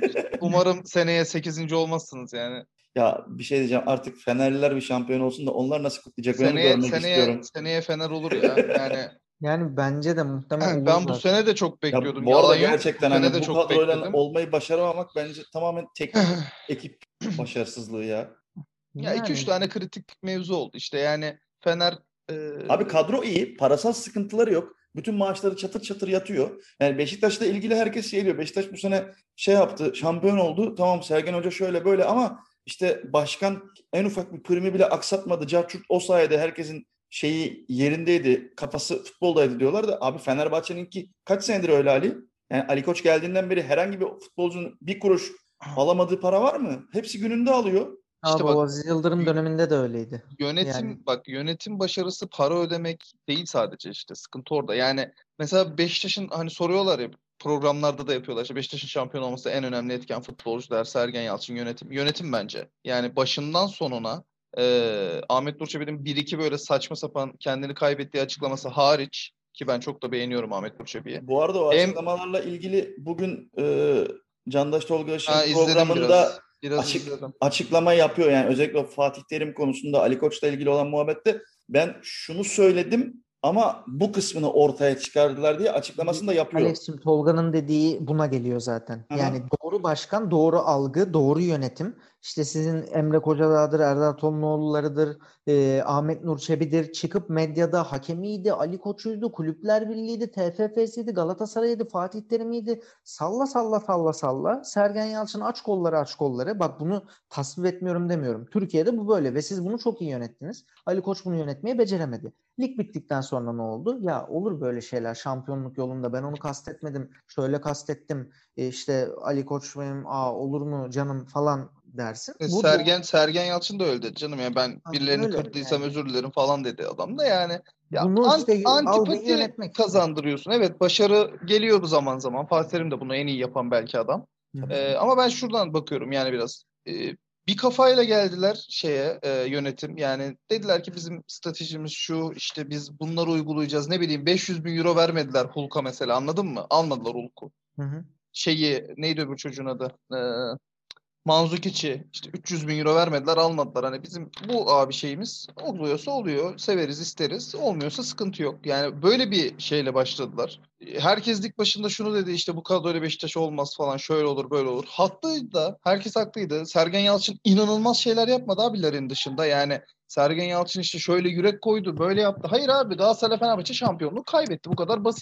Umarım seneye sekizinci olmazsınız yani. Ya bir şey diyeceğim, artık Fenerliler bir şampiyon olsun da onlar nasıl kutlayacak, ben onu Seneye görmek seneye istiyorum. seneye Fener olur ya. Yani Yani bence de muhtemelen olur ben bu zaten. sene de çok Ya bekliyordum. bu arada Yalan yok. Bu gerçekten sene hani de bu çok kadroyla bekledim. olmayı başaramamak bence tamamen teknik ekip başarısızlığı ya. Ya iki üç Yani tane kritik mevzu oldu işte. Yani Fener e, Abi kadro iyi, parasal sıkıntıları yok. Bütün maaşları çatır çatır yatıyor. Yani Beşiktaş'la ilgili herkes şey diyor. Beşiktaş bu sene şey yaptı, şampiyon oldu. Tamam, Sergen Hoca şöyle böyle ama işte başkan en ufak bir primi bile aksatmadı. Carçurt o sayede herkesin şeyi yerindeydi, kafası futboldaydı diyorlar da abi Fenerbahçe'ninki kaç senedir öyle Ali? Yani Ali Koç geldiğinden beri herhangi bir futbolcunun bir kuruş alamadığı para var mı? Hepsi gününde alıyor. işte abi o bak, Aziz Yıldırım döneminde de öyleydi. Yani yönetim bak yönetim başarısı para ödemek değil sadece, işte sıkıntı orada. Yani mesela Beşiktaş'ın hani soruyorlar ya, programlarda da yapıyorlar. İşte Beşiktaş'ın şampiyon olması en önemli etken futbolcu der. Sergen Yalçın yönetim. Yönetim bence. Yani başından sonuna e, Ahmet Nur Çebi'nin bir iki böyle saçma sapan kendini kaybettiği açıklaması hariç, ki ben çok da beğeniyorum Ahmet Nur Çebi'yi. Bu arada o Hem açıklamalarla ilgili bugün e, Candaş Tolga Işık'ın ha, izledim programında biraz. Biraz açık izledim. açıklama yapıyor. Yani özellikle o Fatih Terim konusunda Ali Koç'la ilgili olan muhabbette ben şunu söyledim ama bu kısmını ortaya çıkardılar diye açıklamasını da yapıyor. Alex'cim, Tolga'nın dediği buna geliyor zaten. Yani Aha. doğru başkan, doğru algı, doğru yönetim. İşte sizin Emre Kocadağ'dır, Erdal Tomluoğulları'dır, e, Ahmet Nur Çebi'dir. Çıkıp medyada hakemiydi, Ali Koç'uydu, Kulüpler Birliği'ydi, T F F'siydi, Galatasaray'ıydı, Fatih Terim'iydi. Salla salla salla salla. Sergen Yalçın aç kolları aç kolları. Bak, bunu tasvip etmiyorum demiyorum. Türkiye'de bu böyle ve siz bunu çok iyi yönettiniz. Ali Koç bunu yönetmeyi beceremedi. Lig bittikten sonra ne oldu? Ya olur böyle şeyler şampiyonluk yolunda. Ben onu kastetmedim. Şöyle kastettim. E işte Ali Koç benim aa olur mu canım falan dersin. E, Bu doğru. Sergen Sergen Yalçın da öyle dedi canım ya, ben Aynen birilerini öyle. kırdıysam Yani özür dilerim falan dedi adam da yani. Ya bunu an- işte algıyı antipati yönetmek işte. kazandırıyorsun. Evet, başarı geliyor bu zaman zaman. Fatih Terim de bunu en iyi yapan belki adam. Hı hı. E, ama ben şuradan bakıyorum yani biraz. E, bir kafayla geldiler şeye, e, yönetim. Yani dediler ki bizim stratejimiz şu, işte biz bunları uygulayacağız. Ne bileyim beş yüz bin euro vermediler Hulk'a mesela, anladın mı? Almadılar Hulk'u. Hı hı. Şeyi neydi öbür çocuğun adı? E, Manzukiçi işte üç yüz bin euro vermediler, almadılar. Hani bizim bu abi şeyimiz, oluyorsa oluyor, severiz isteriz, olmuyorsa sıkıntı yok. Yani böyle bir şeyle başladılar. Herkes lig başında şunu dedi, işte bu kadroyla Beşiktaş olmaz falan, şöyle olur böyle olur. Haklıydı da, herkes haklıydı. Sergen Yalçın inanılmaz şeyler yapmadı abilerin dışında. Yani Sergen Yalçın işte şöyle yürek koydu, böyle yaptı. Hayır abi, Galatasaray Fenerbahçe şampiyonluğu kaybetti, bu kadar basit.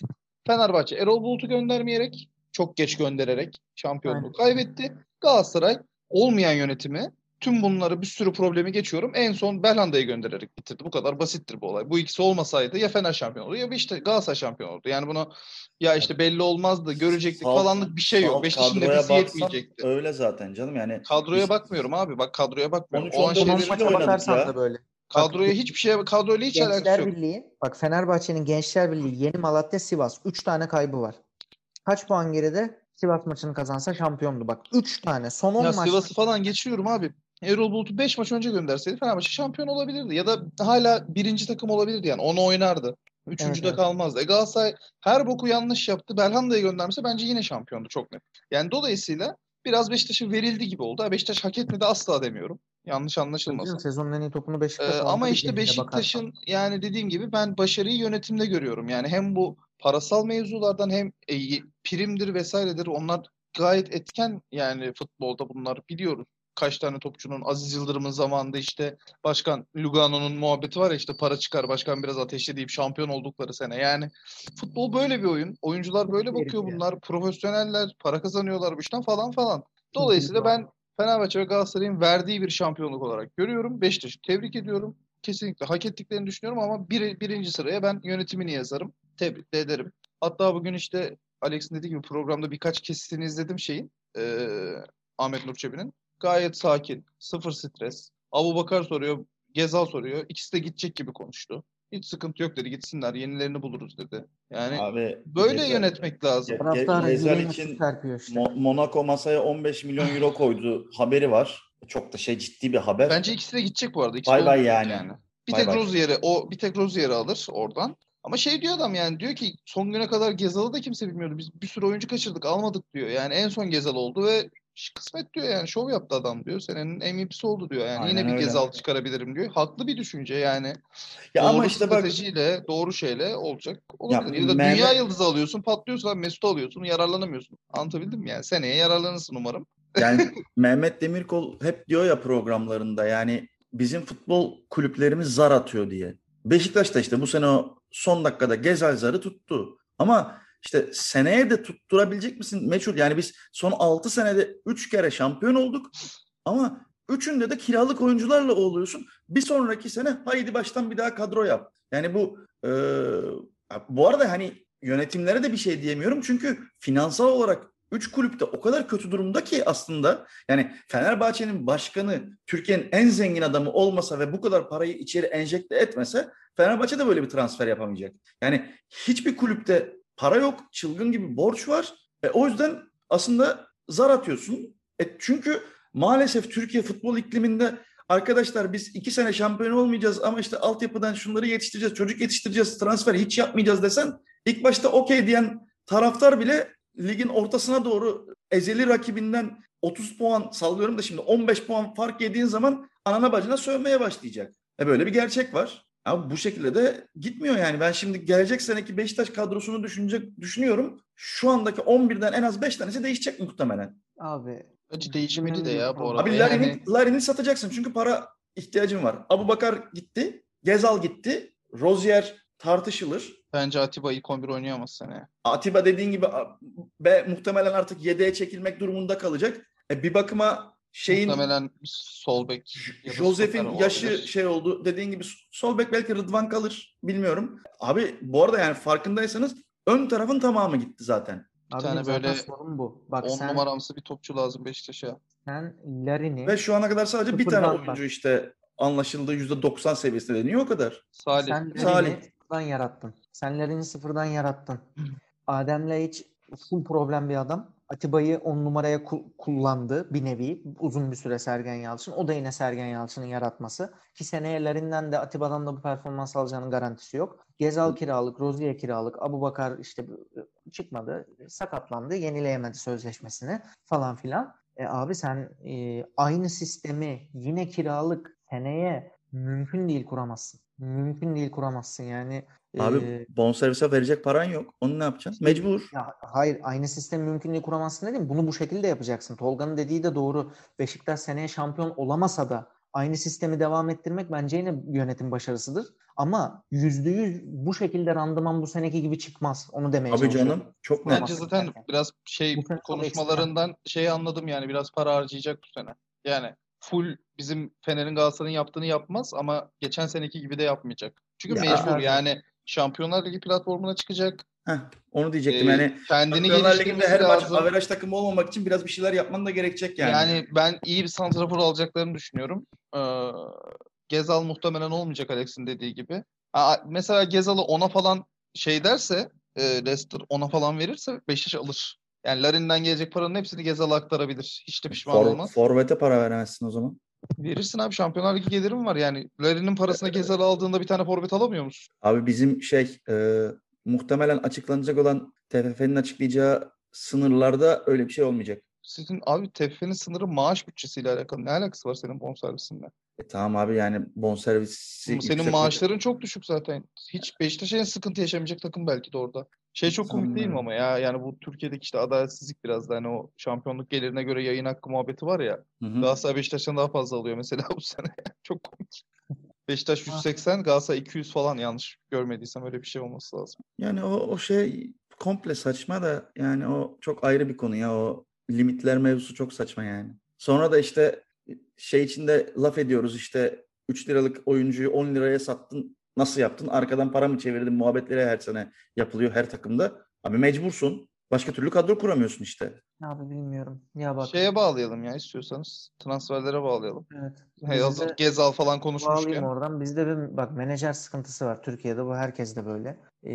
Fenerbahçe Erol Bulut'u göndermeyerek, çok geç göndererek şampiyonluğu Aynen. kaybetti. Galatasaray olmayan yönetimi, tüm bunları, bir sürü problemi geçiyorum, en son Belhanda'yı göndererek bitirdi. Bu kadar basittir bu olay. Bu ikisi olmasaydı ya Fener şampiyon olurdu ya işte Galatasaray şampiyon olurdu. Yani bunu ya işte belli olmazdı, görecektik Salt, falanlık bir şey yok. salt Beşiktaş'ın kadroya nefesi baksan yetmeyecekti. öyle zaten canım yani. Kadroya Biz bakmıyorum abi. Bak kadroya bakmıyorum. on üç Olan on dört Son şeyleri kişiyle maça oynadık bakarsan da ya. böyle. Bak kadroya hiçbir şey, kadroyla hiç alakası Gençler yok. Birliği, bak Fenerbahçe'nin Gençler Birliği Yeni Malatya Sivas üç tane kaybı var. Kaç puan geride? Sivas maçını kazansa şampiyondu bak. üç tane son on Ya maç. Sivas'ı falan geçiyorum abi. Erol Bulut'u beş maç önce gönderseydi Fenerbahçe şampiyon olabilirdi. Ya da hala birinci takım olabilirdi yani. Onu oynardı. Evet, Üçüncüde evet. kalmazdı. E Galatasaray her boku yanlış yaptı. Belhanda'yı göndermese bence yine şampiyondu, çok net. Yani dolayısıyla biraz Beşiktaş'a verildi gibi oldu. Ha, Beşiktaş hak etmedi asla demiyorum. Yanlış Tabii canım, anlaşılmasın. sezonun en iyi topunu Ee, Beşiktaş ama oynadı işte genele bakarsan. Beşiktaş'ın, yani dediğim gibi ben başarıyı yönetimde görüyorum. Yani hem bu parasal mevzulardan hem e, primdir vesairedir, onlar gayet etken yani futbolda, bunlar biliyoruz. Kaç tane topçunun, Aziz Yıldırım'ın zamanında işte Başkan Lugano'nun muhabbeti var ya, işte para çıkar başkan biraz ateşle deyip şampiyon oldukları sene. Yani futbol böyle bir oyun. Oyuncular böyle bakıyor, Tehlikeli. bunlar profesyoneller, para kazanıyorlar bu işten falan falan. Tehlikeli bir Dolayısıyla oyun. ben Fenerbahçe ve Galatasaray'ın verdiği bir şampiyonluk olarak görüyorum. Beşiktaş'ı tebrik ediyorum. Kesinlikle hak ettiklerini düşünüyorum ama bir, birinci sıraya ben yönetimini yazarım. Tebrik de ederim. Hatta bugün işte Alex'in dediği gibi programda birkaç kesitini izledim şeyin. eee, Ahmet Nur Çebi'nin. Gayet sakin, sıfır stres. Abubakar soruyor, Gezal soruyor. İkisi de gidecek gibi konuştu. Hiç sıkıntı yok dedi, gitsinler, yenilerini buluruz dedi. Yani Abi böyle Geze, yönetmek lazım. Ge- Ge- Taraftarın Gezel yüreğine su için serpiyor işte. Mo- Monaco masaya on beş milyon euro koydu haberi var. Çok da şey, ciddi bir haber. Bence ikisi de gidecek bu arada. İkisi de Bay bay olmayacak yani. yani. Bir Bay tek bay. Rozier'i o bir tek Rozier'i alır oradan. Ama şey diyor adam, yani diyor ki son güne kadar Gezal'ı da kimse bilmiyordu. Biz bir sürü oyuncu kaçırdık, almadık diyor. Yani en son Gezal oldu ve ş- kısmet diyor, yani şov yaptı adam diyor. Senenin M V P'si oldu diyor. Yani Aynen yine bir öyle. Gezal çıkarabilirim diyor. Haklı bir düşünce yani. Ya ama Doğru işte bak, stratejiyle, doğru şeyle olacak ya olabilir. Ya da dünya Mehmet, yıldızı alıyorsun, patlıyorsun abi, Mesut'u alıyorsun, yararlanamıyorsun. Anlatabildim mi yani? Seneye yararlanırsın umarım. yani Mehmet Demirkol hep diyor ya programlarında, yani bizim futbol kulüplerimiz zar atıyor diye. Beşiktaş da işte bu sene o son dakikada Gezel zarı tuttu. Ama işte seneye de tutturabilecek misin? Meçhul. Yani biz son altı senede üç kere şampiyon olduk. Ama üçünde de kiralık oyuncularla oluyorsun. Bir sonraki sene haydi baştan bir daha kadro yap. Yani bu e, bu arada hani yönetimlere de bir şey diyemiyorum. Çünkü finansal olarak üç kulüp de o kadar kötü durumda ki aslında. Yani Fenerbahçe'nin başkanı Türkiye'nin en zengin adamı olmasa ve bu kadar parayı içeri enjekte etmese Fenerbahçe de böyle bir transfer yapamayacak. Yani hiçbir kulüpte para yok, çılgın gibi borç var. E, o yüzden aslında zar atıyorsun. E, çünkü maalesef Türkiye futbol ikliminde arkadaşlar biz iki sene şampiyon olmayacağız ama işte altyapıdan şunları yetiştireceğiz, çocuk yetiştireceğiz, transfer hiç yapmayacağız desen ilk başta okey diyen taraftar bile ligin ortasına doğru ezeli rakibinden otuz puan, sallıyorum da şimdi on beş puan fark yediğin zaman anana bacına sövmeye başlayacak. E böyle bir gerçek var. Ama bu şekilde de gitmiyor yani. Ben şimdi gelecek seneki Beşiktaş kadrosunu düşünecek, düşünüyorum. Şu andaki on birden en az beş tanesi değişecek muhtemelen. Abi Bence bizim değişmeli en de büyük ya bu problem. arada. Abi Yani Larin'i Larin'i satacaksın çünkü para ihtiyacın var. Abubakar gitti, Gezal gitti, Rozier tartışılır. bence Atiba ilk on bir oynayamaz seneye. Atiba dediğin gibi be, muhtemelen artık yedeğe çekilmek durumunda kalacak. E, bir bakıma şeyin Muhtemelen sol bek ya da stoper Josef'in yaşı olabilir. şey oldu. Dediğin gibi sol bek belki Rıdvan kalır. Bilmiyorum. Abi bu arada yani farkındaysanız ön tarafın tamamı gitti zaten. Bir Abicim tane zaten böyle sorun bu. Bak on sen numaramsı bir topçu lazım Beşiktaş'a. sen Ve Larin'i şu ana kadar sadece bir tane sıfırdan bak. oyuncu işte anlaşıldığı yüzde doksan seviyesinde deniyor o kadar. Salih. Sen Salih. Larin'i sıfırdan yarattın. Sen Larin'i sıfırdan yarattın. Adem Laiç full problem bir adam. Atiba'yı on numaraya ku- kullandı bir nevi. Uzun bir süre Sergen Yalçın. O da yine Sergen Yalçın'ın yaratması. Ki seneye Larin'den de Atiba'dan da bu performans alacağının garantisi yok. Gezal kiralık, Rozier kiralık, Abubakar işte çıkmadı, sakatlandı, yenileyemedi sözleşmesini falan filan. E abi sen e, aynı sistemi yine kiralık seneye mümkün değil kuramazsın. Mümkün değil kuramazsın yani. Abi E, bonservise verecek paran yok. Onu ne yapacaksın? şey, Mecbur. ya hayır, aynı sistemi mümkün değil kuramazsın dedim. Bunu bu şekilde yapacaksın. Tolga'nın dediği de doğru. Beşiktaş seneye şampiyon olamasa da aynı sistemi devam ettirmek bence yine yönetim başarısıdır. Ama yüzde yüz bu şekilde randıman bu seneki gibi çıkmaz. Onu demeye Abi çalışıyorum. canım çok net. Bence Olmaz zaten derken. biraz Bu şey sene çok konuşmalarından şey anladım yani biraz para harcayacak bu sene. Yani full bizim Fener'in Galatasaray'ın yaptığını yapmaz ama geçen seneki gibi de yapmayacak. Çünkü Ya, mecbur abi. yani Şampiyonlar Ligi platformuna çıkacak. heh, onu diyecektim. Ee, Yani kendini Şampiyonlar Ligi'nde geliştirmesi her maç lazım. averaj takımı olmamak için biraz bir şeyler yapman da gerekecek yani. Yani ben iyi bir santrafor alacaklarını düşünüyorum. Ee, Gezal muhtemelen olmayacak Alex'in dediği gibi. Aa, mesela Gezal'ı ona falan şey derse e, Leicester ona falan verirse Beşiktaş alır. Yani Larin'den gelecek paranın hepsini Gezal'a aktarabilir. Hiç de pişman For, olmaz. forvete para veremezsin o zaman. Verirsin abi Şampiyonlar Ligi gelirim var. Yani Larin'in parasına Gezal'ı aldığında bir tane forvet alamıyor musun? Abi bizim şey e, muhtemelen açıklanacak olan T F F'nin açıklayacağı sınırlarda öyle bir şey olmayacak. Sizin abi T F F'nin sınırı maaş bütçesiyle alakalı. Ne alakası var senin bonservisinle? E, tamam abi yani bonservisi Ama senin yüksek olacak. maaşların çok düşük zaten. Hiç Beşiktaş'a en sıkıntı yaşamayacak takım belki de orada. Şey çok komik değil mi Sanmıyorum. ama ya yani bu Türkiye'deki işte adaletsizlik biraz da hani o şampiyonluk gelirine göre yayın hakkı muhabbeti var ya. Hı hı. Galatasaray Beşiktaş'tan daha fazla alıyor mesela bu sene. Çok komik. Beşiktaş yüz Ah. seksen, Galatasaray iki yüz falan yanlış görmediysem öyle bir şey olması lazım. Yani o, o şey komple saçma da yani o çok ayrı bir konu ya. O limitler mevzusu çok saçma yani. Sonra da işte şey içinde laf ediyoruz işte üç liralık oyuncuyu on liraya sattın. Nasıl yaptın? Arkadan para mı çevirdin? Muhabbetleri her sene yapılıyor her takımda. Abi mecbursun. Başka türlü kadro kuramıyorsun işte. Abi bilmiyorum. Ya bak. Şeye bağlayalım ya istiyorsanız. Transferlere bağlayalım. Evet. Hey, hazır Bizde Gezal falan bağlayayım konuşmuşken. oradan. Bizde bir bak menajer sıkıntısı var. Türkiye'de bu herkes de böyle. Ee,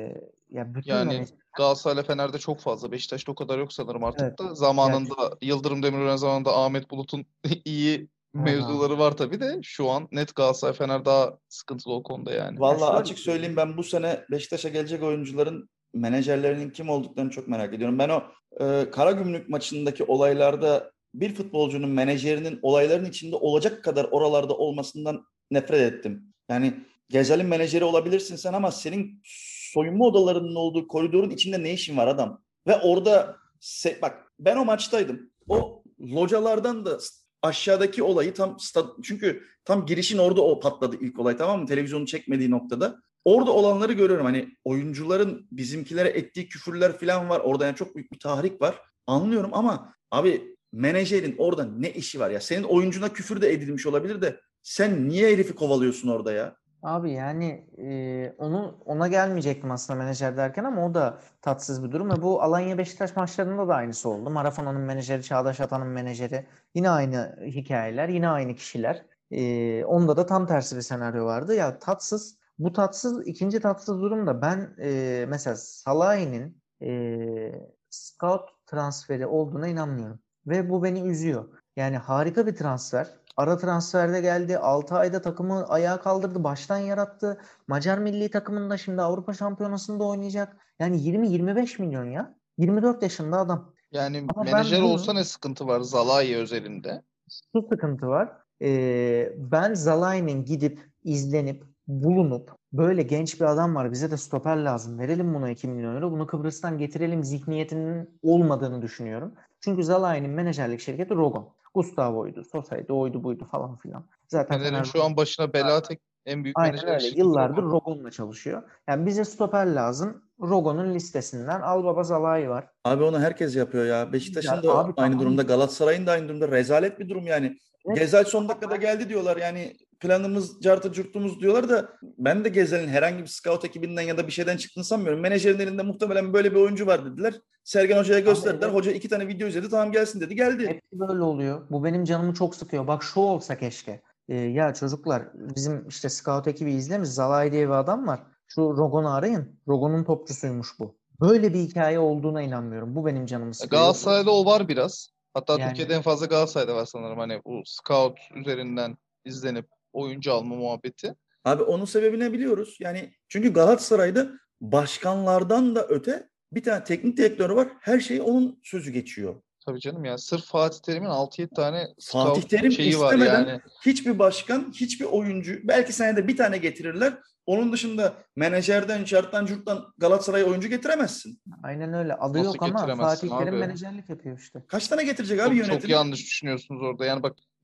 ya bütün Yani menajer Galatasaray'la Fener'de çok fazla. Beşiktaş'ta o kadar yok sanırım evet. artık da. Ya Zamanında Yıldırım Demirören zamanında Ahmet Bulut'un iyi aha. mevzuları var tabii de. Şu an net Galatasaray Fener daha sıkıntılı o konuda yani. Ya Vallahi şöyle açık söyleyeyim söyleyeyim. ben bu sene Beşiktaş'a gelecek oyuncuların menajerlerinin kim olduklarını çok merak ediyorum. Ben o e, Karagümrük maçındaki olaylarda bir futbolcunun menajerinin olayların içinde olacak kadar oralarda olmasından nefret ettim. Yani Gezal'in menajeri olabilirsin sen ama senin soyunma odalarının olduğu koridorun içinde ne işin var adam? Ve orada se- bak ben o maçtaydım. O localardan da aşağıdaki olayı tam stad, çünkü tam girişin orada o patladı ilk olay, tamam mı? Televizyonu çekmediği noktada. Orada olanları görüyorum. Hani oyuncuların bizimkilere ettiği küfürler falan var. Orada yani çok büyük bir tahrik var. Anlıyorum ama abi menajerin orada ne işi var ya? Senin oyuncuna küfür de edilmiş olabilir de sen niye herifi kovalıyorsun orada ya? Abi yani e, onu ona gelmeyecektim aslında menajer derken ama o da tatsız bir durum ve bu Alanya Beşiktaş maçlarında da aynısı oldu. Marafona'nın menajeri, Çağdaş Atan'ın menajeri yine aynı hikayeler, yine aynı kişiler. E, onda da tam tersi bir senaryo vardı. Ya tatsız. Bu tatsız ikinci tatsız durum da ben e, mesela Salahi'nin e, scout transferi olduğuna inanmıyorum ve bu beni üzüyor. Yani harika bir transfer. Ara transferde geldi. altı ayda takımı ayağa kaldırdı. Baştan yarattı. Macar milli takımında şimdi Avrupa Şampiyonası'nda oynayacak. Yani yirmi yirmi beş milyon ya. yirmi dört yaşında adam. Yani Ama ben menajer olsa bunu ne sıkıntı var Zalai özelinde? şu sıkıntı var. Ee, ben Zalai'nin gidip izlenip bulunup böyle genç bir adam var bize de stoper lazım. Verelim buna iki milyon euro. Bunu Kıbrıs'tan getirelim zihniyetinin olmadığını düşünüyorum. Çünkü Zalai'nin menajerlik şirketi Rogon. Gustavo'ydu, Sosa'ydı, oydu buydu falan filan. Zaten Fener'in Fener şu an başına bela tek en büyük aynen menajerlik öyle. şirketi Yıllardır Rogo. Rogon'la çalışıyor. Yani bize stoper lazım. Rogon'un listesinden Al Baba Zalai var. Abi onu herkes yapıyor ya. Güzel. Beşiktaş'ın da Abi aynı tamam. durumda, Galatasaray'ın da aynı durumda. Rezalet bir durum yani. Evet. Gezal son dakikada geldi diyorlar. Yani planımız, cartı curtumuz diyorlar da ben de Gezal'in herhangi bir scout ekibinden ya da bir şeyden çıktığını sanmıyorum. Menajerin elinde muhtemelen böyle bir oyuncu var dediler. Sergen Hoca'ya Abi gösterdiler. evet. Hoca iki tane video izledi. Tamam gelsin dedi. Geldi. Hepsi böyle oluyor. Bu benim canımı çok sıkıyor. Bak şu olsa keşke. Ee, ya çocuklar bizim işte scout ekibi izlemiş. Zalai diye bir adam var. Şu Rogon'u arayın. Rogon'un topçusuymuş bu. Böyle bir hikaye olduğuna inanmıyorum. Bu benim canımı sıkıyor. Yoksa Galatasaray'da o var biraz. Hatta yani Türkiye'de en fazla Galatasaray'da var sanırım. Hani bu scout üzerinden izlenip oyuncu alma muhabbeti. Abi onun sebebini biliyoruz. Yani çünkü Galatasaray'da başkanlardan da öte bir tane teknik direktörü var. Her şey onun sözü geçiyor. Tabii canım ya. Sırf Fatih Terim'in altı yedi tane Fatih scout Terim şeyi var istemeden yani. hiçbir başkan, hiçbir oyuncu, belki senede bir tane getirirler. Onun dışında menajerden, şarttan, curttan Galatasaray'a oyuncu getiremezsin. aynen öyle. Adı Nasıl yok ama getiremezsin Fatih Terim abi? menajerlik yapıyor işte. Kaç tane getirecek abi Çok çok yönetim? yanlış düşünüyorsunuz orada. Yani bak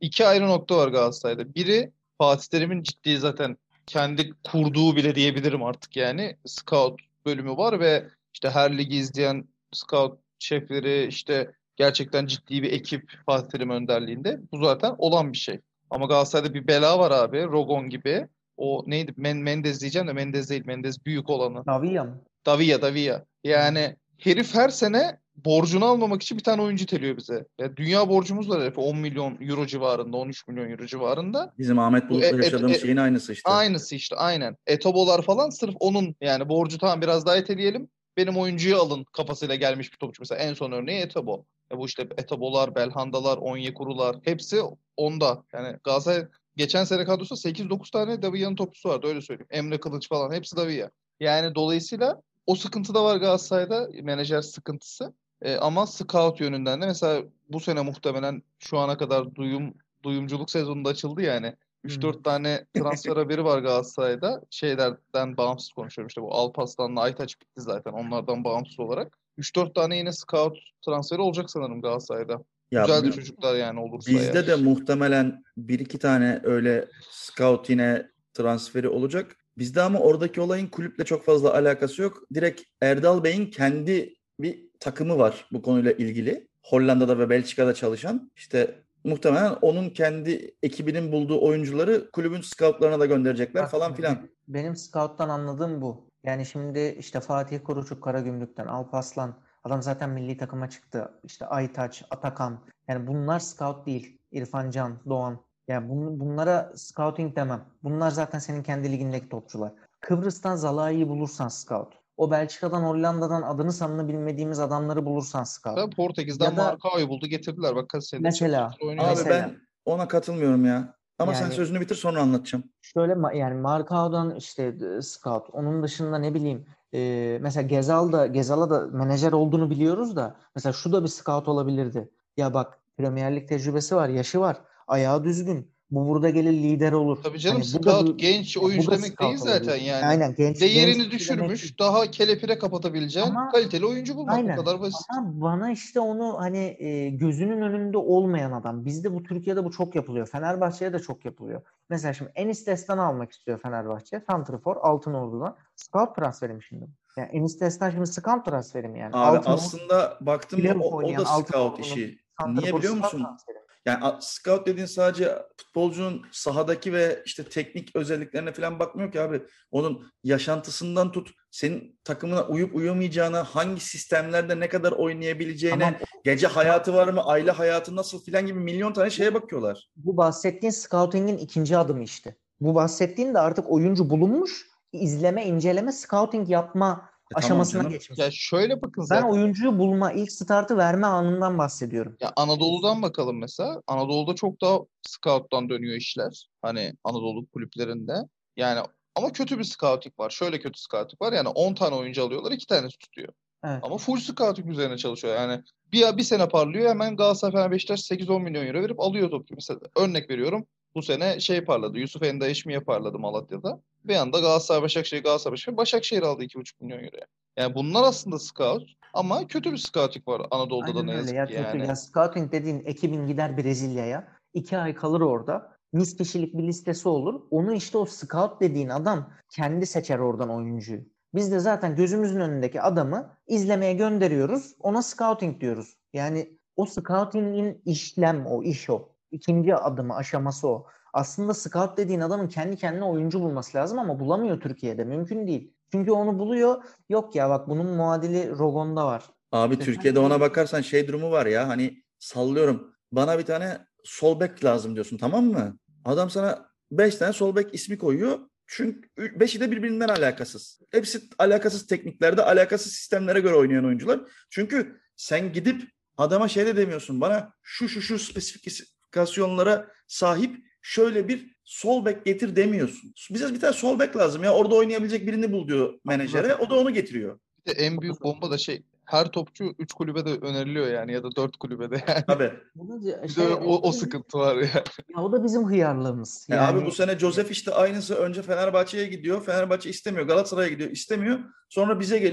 iki ayrı nokta var Galatasaray'da. Biri Fatih Terim'in ciddi zaten kendi kurduğu bile diyebilirim artık yani. Scout bölümü var ve işte her ligi izleyen scout şefleri işte gerçekten ciddi bir ekip Fatih Terim önderliğinde. Bu zaten olan bir şey. Ama Galatasaray'da bir bela var abi. Rogon gibi. O neydi? Men Mendez diyeceğim de Mendez değil. Mendez büyük olanı. Davia mı? Davia, Davia. Yani herif her sene borcunu almamak için bir tane oyuncu iteliyor bize. Ya dünya borcumuz var herif on milyon euro civarında, on üç milyon euro civarında. Bizim Ahmet Bu e, Bulut'la yaşadığımız e, şeyin aynısı işte. Aynısı işte aynen. Etobolar falan sırf onun yani borcu tamam biraz daha iteleyelim. Benim oyuncuyu alın kafasıyla gelmiş bir topçu. Mesela en son örneği Etobo. Ya bu işte Etobolar, Belhandalar, Onyekurular hepsi onda. Yani Galatasaray geçen sene kadrosu sekiz dokuz tane Davia'nın topçusu vardı öyle söyleyeyim. Emre Kılıç falan hepsi Davia. Yani dolayısıyla o sıkıntı da var Galatasaray'da menajer sıkıntısı. E, ama scout yönünden de mesela bu sene muhtemelen şu ana kadar duyum duyumculuk sezonunda açıldı yani. üç dört tane transfer haberi var Galatasaray'da. Şeylerden bağımsız konuşuyorum. İşte bu Alparslan'la Aytaç bitti zaten. Onlardan bağımsız olarak. üç dört tane yine scout transferi olacak sanırım Galatasaray'da. Ya Güzel de bi- çocuklar yani olursa bizde eğer. de muhtemelen bir iki tane öyle scout yine transferi olacak. Bizde ama oradaki olayın kulüple çok fazla alakası yok. Direkt Erdal Bey'in kendi bir takımı var bu konuyla ilgili. Hollanda'da ve Belçika'da çalışan. İşte muhtemelen onun kendi ekibinin bulduğu oyuncuları kulübün scoutlarına da gönderecekler Bak, falan be- filan. benim scout'tan anladığım bu. Yani şimdi işte Fatih Kuruçuk Karagümrük'ten, Alparslan adam zaten milli takıma çıktı. İşte Aytaç, Atakan. Yani bunlar scout değil. İrfan Can, Doğan. Yani bun- bunlara scouting demem. Bunlar zaten senin kendi ligindeki topçular. Kıbrıs'tan Zalai'yi bulursan scout. O Belçika'dan, Hollanda'dan adını sanını bilmediğimiz adamları bulursan scout. Da Portekiz'den Ya da Marcao'yu buldu getirdiler. Bak kaç senedir çatır mesela çatır oynuyor Abi adam. mesela ben ona katılmıyorum ya. Ama sen yani sözünü bitir sonra anlatacağım. şöyle ma- yani Marcao'dan işte e, scout. Onun dışında ne bileyim e, mesela Gezal da Gezal'a da menajer olduğunu biliyoruz da mesela şu da bir scout olabilirdi. Ya bak Premier Lig tecrübesi var, yaşı var, ayağı düzgün. Bu burada gelir lider olur. Tabii canım Hani bu da scout bir genç ya bu oyuncu da demek değil scout zaten olabilir. yani. Aynen genç genç Değerini kişi demek değil. düşürmüş, daha kelepire kapatabileceğin Ama kaliteli oyuncu bulmak bu aynen. kadar basit. Ama bana işte onu hani e, gözünün önünde olmayan adam. Bizde bu Türkiye'de bu çok yapılıyor. Fenerbahçe'ye de çok yapılıyor. Mesela şimdi Enis Destan almak istiyor Fenerbahçe. Santrfor Altınordu'dan. Scout transferi mi şimdi? Yani Enis Destan şimdi scout transferi mi yani? Abi Altınordu aslında baktın mı playoff o, o oynayan da scout Altınordu'nun işi. Niye santrforu biliyor scout musun? transferi mi? Yani a- scout dediğin sadece futbolcunun sahadaki ve işte teknik özelliklerine falan bakmıyor ki abi. Onun yaşantısından tut, senin takımına uyup uyumayacağına, hangi sistemlerde ne kadar oynayabileceğine, Tamam. gece hayatı var mı, aile hayatı nasıl filan gibi milyon tane şeye bakıyorlar. Bu bahsettiğin scouting'in ikinci adımı işte. Bu bahsettiğin de artık oyuncu bulunmuş, izleme, inceleme, scouting yapma E tamam aşamasına canım. Ya geçmiş. şöyle bakın Ben zaten. oyuncuyu bulma, ilk startı verme anından bahsediyorum. Ya Anadolu'dan bakalım mesela. Anadolu'da çok daha scout'tan dönüyor işler. Hani Anadolu kulüplerinde. Yani ama kötü bir scouting var. Şöyle kötü scouting var. Yani on tane oyuncu alıyorlar, iki tanesi tutuyor. Evet. Ama full scouting üzerine çalışıyor. Yani bir, bir sene parlıyor hemen Galatasaray Fener Beşiktaş sekiz on milyon euro verip alıyor topçu. Mesela örnek veriyorum. Bu sene şey parladı. Yusuf Enda Eşmiye parladı Malatya'da. Bir anda Galatasaray Başakşehir Galatasaray Başakşehir Başakşehir aldı iki buçuk milyon euroya. Yani bunlar aslında scout ama kötü bir scouting var Anadolu'da da Aynen ne öyle yazık ya ki kötü. yani. Ya scouting dediğin ekibin gider Brezilya'ya. iki ay kalır orada. yüz kişilik bir listesi olur. Onu işte o scout dediğin adam kendi seçer oradan oyuncuyu. Biz de zaten gözümüzün önündeki adamı izlemeye gönderiyoruz. Ona scouting diyoruz. Yani o scouting'in işlem o, iş o. İkinci adımı, aşaması o. Aslında scout dediğin adamın kendi kendine oyuncu bulması lazım ama bulamıyor Türkiye'de. Mümkün değil. Çünkü onu buluyor. Yok ya bak bunun muadili Rogon'da var. Abi İşte Türkiye'de sen ona bakarsan şey durumu var ya, hani sallıyorum, bana bir tane sol bek lazım diyorsun, tamam mı? Adam sana beş tane sol bek ismi koyuyor. Çünkü beşi de birbirinden alakasız. Hepsi alakasız tekniklerde, alakasız sistemlere göre oynayan oyuncular. Çünkü sen gidip adama şey de demiyorsun, bana şu şu şu spesifikasyonlara sahip şöyle bir sol bek getir demiyorsun. Bize bir tane sol bek lazım ya, orada oynayabilecek birini bul diyor menajere. O da onu getiriyor. Bir de en büyük bomba da şey her topçu üç kulübe de öneriliyor yani ya da dört kulübede yani. Tabii. Bu da Bir de şey o, o da o bizim, sıkıntı var ya. ya o da bizim hıyarlığımız. E abi bu Yani sene Joseph işte aynısı, önce Fenerbahçe'ye gidiyor. Fenerbahçe istemiyor. Galatasaray'a gidiyor, istemiyor. Sonra bize geliyor.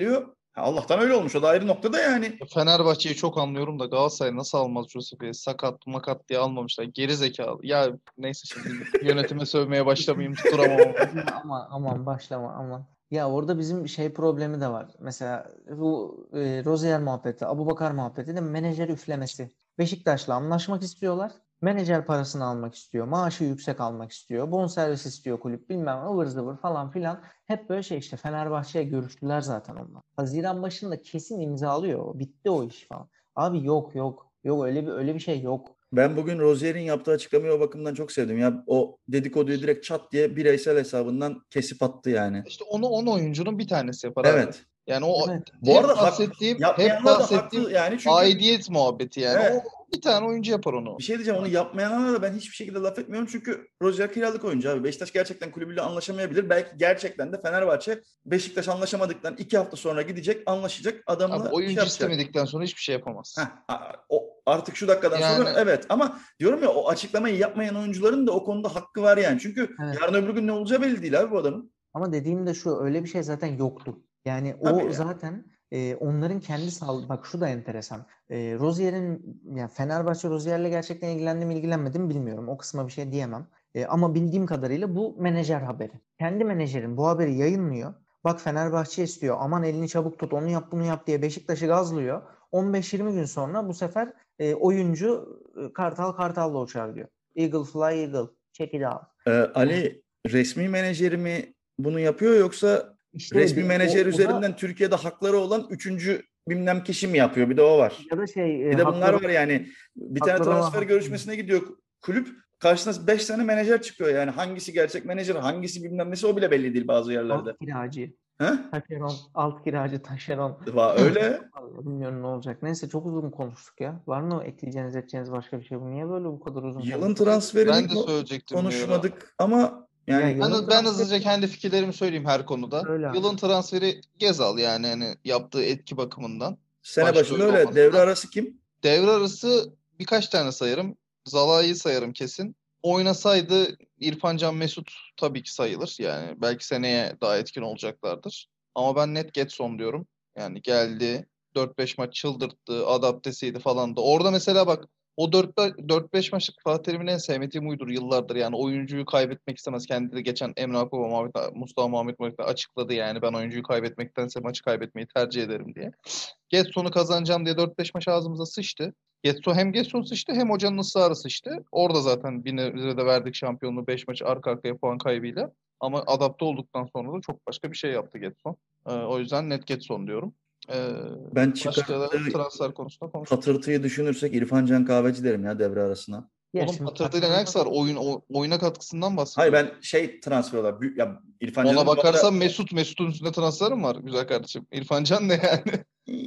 Ha, Allah'tan öyle olmuş. O da ayrı noktada yani. Fenerbahçe'yi çok anlıyorum da Galatasaray nasıl almaz Josep'i? Sakat makat diye almamışlar. Geri zekalı. Ya neyse şimdi yönetime sövmeye başlamayayım tutturamam ama. Ya aman aman başlama aman. Ya orada bizim şey problemi de var. Mesela bu e, Rozier muhabbeti, Abubakar muhabbeti de menajer üflemesi. Beşiktaş'la anlaşmak istiyorlar. Menajer parasını almak istiyor. Maaşı yüksek almak istiyor. Bonservis istiyor kulüp bilmem ıvır zıvır falan filan. Hep böyle şey işte Fenerbahçe'ye görüştüler zaten onlar. Haziran başında kesin imzalıyor. Bitti o iş falan. Abi yok yok. Yok öyle bir öyle bir şey yok. Ben bugün Rozier'in yaptığı açıklamayı o bakımdan çok sevdim. Ya o dedikoduyu direkt çat diye bireysel hesabından kesip attı yani. İşte onu on oyuncunun bir tanesi yapar abi. Evet. Yani o Evet. Bu hep arada hak- bahsettiğim hep yapmayanlar da bahsettiğim haklı yani çünkü aidiyet muhabbeti yani. Evet. O bir tane oyuncu yapar onu. bir şey diyeceğim, onu yapmayanlara da ben hiçbir şekilde laf etmiyorum çünkü Rozier kiralık oyuncu abi. Beşiktaş gerçekten kulübüyle anlaşamayabilir. Belki gerçekten de Fenerbahçe Beşiktaş anlaşamadıktan iki hafta sonra gidecek, anlaşacak adamla Abi şey oyuncu yapacak. istemedikten sonra hiçbir şey yapamaz. Heh, a- o artık şu dakikadan Yani- sonra evet, ama diyorum ya, o açıklamayı yapmayan oyuncuların da o konuda hakkı var yani. Çünkü Evet. yarın öbür gün ne olacağı belli değil abi bu adamın. Ama dediğim de şu öyle bir şey zaten yoktu. Yani o Tabii ya. zaten e, onların kendi sağ bak şu da enteresan. E, Rozier'in yani Fenerbahçe Rozier'le gerçekten ilgilendi mi ilgilenmedi mi bilmiyorum. O kısma bir şey diyemem. E, ama bildiğim kadarıyla bu menajer haberi. Kendi menajerin bu haberi yayınlıyor. Bak Fenerbahçe istiyor. Aman elini çabuk tut, onu yap bunu yap diye Beşiktaş'ı gazlıyor. on beş yirmi gün sonra bu sefer e, oyuncu e, Kartal Kartal'la uçar diyor. Eagle fly eagle. Check it out. Ee, Ali resmi menajeri mi bunu yapıyor yoksa İşte resmi o- menajer o da- üzerinden Türkiye'de hakları olan üçüncü bilmem kişi mi yapıyor? Bir de o var. ya da şey e, Bir de bunlar hakları- var yani. Bir tane hakları olan transfer hakları. görüşmesine gidiyor kulüp. Karşısına beş tane menajer çıkıyor yani. Hangisi gerçek menajer, hangisi bilmem nesi o bile belli değil bazı yerlerde. Alt kiracı, He? taşeron, alt kiracı, taşeron. Va- Öyle. Vallahi bilmiyorum ne olacak. Neyse çok uzun konuştuk ya. Var mı ekleyeceğiniz, edeceğiniz başka bir şey? Bu niye böyle bu kadar uzun Yılın konuştuk? transferini Ben de ko- söyleyecektim konuşmadık ama yani Ya Ben, Yılın ben transferi- hızlıca kendi fikirlerimi söyleyeyim her konuda. Öyle abi. Yılın transferi Gezal yani hani yaptığı etki bakımından. sene Başta başında öyle öyle. olmasa Devre da. arası kim? Devre arası birkaç tane sayarım. Zalai'yi sayarım kesin. Oynasaydı İrfan Can Mesut tabii ki sayılır. Yani belki seneye daha etkin olacaklardır. Ama ben net Getson diyorum. Yani geldi dört beş maç çıldırttı, adaptesiydi falan da. Orada mesela bak o dört beş maçlık Fatih Terim'in en sevmediğim uydur yıllardır. Yani oyuncuyu kaybetmek istemez. Kendi de geçen Emre Akbaba, Muhammed, Mustafa Muhammed Muhammed açıkladı yani ben oyuncuyu kaybetmektense maçı kaybetmeyi tercih ederim diye. Getson'u kazanacağım diye dört beş maç ağzımıza sıçtı. Getson hem Getson sıçtı hem hocanın ısrarı sıçtı. Orada zaten bir nebze de verdik şampiyonluğu beş maç arka arkaya puan kaybıyla. Ama adapte olduktan sonra da çok başka bir şey yaptı Getson. Ee, o yüzden net Getson diyorum. Ee, Ben başka da çıkarttığı transfer konusunda konuşalım. patırtıyı düşünürsek İrfan Can Kahveci derim ya devre arasına. Ya Oğlum şimdi patırtıyla ne alakası var? Oyun, o- oyuna katkısından bahsediyorum. Hayır ben şey transfer olarak büyük ya İrfan Ona Can'ın bu arada- bakarsan Mesut, Mesut'un üstünde transfer mi var güzel kardeşim? İrfan Can ne yani?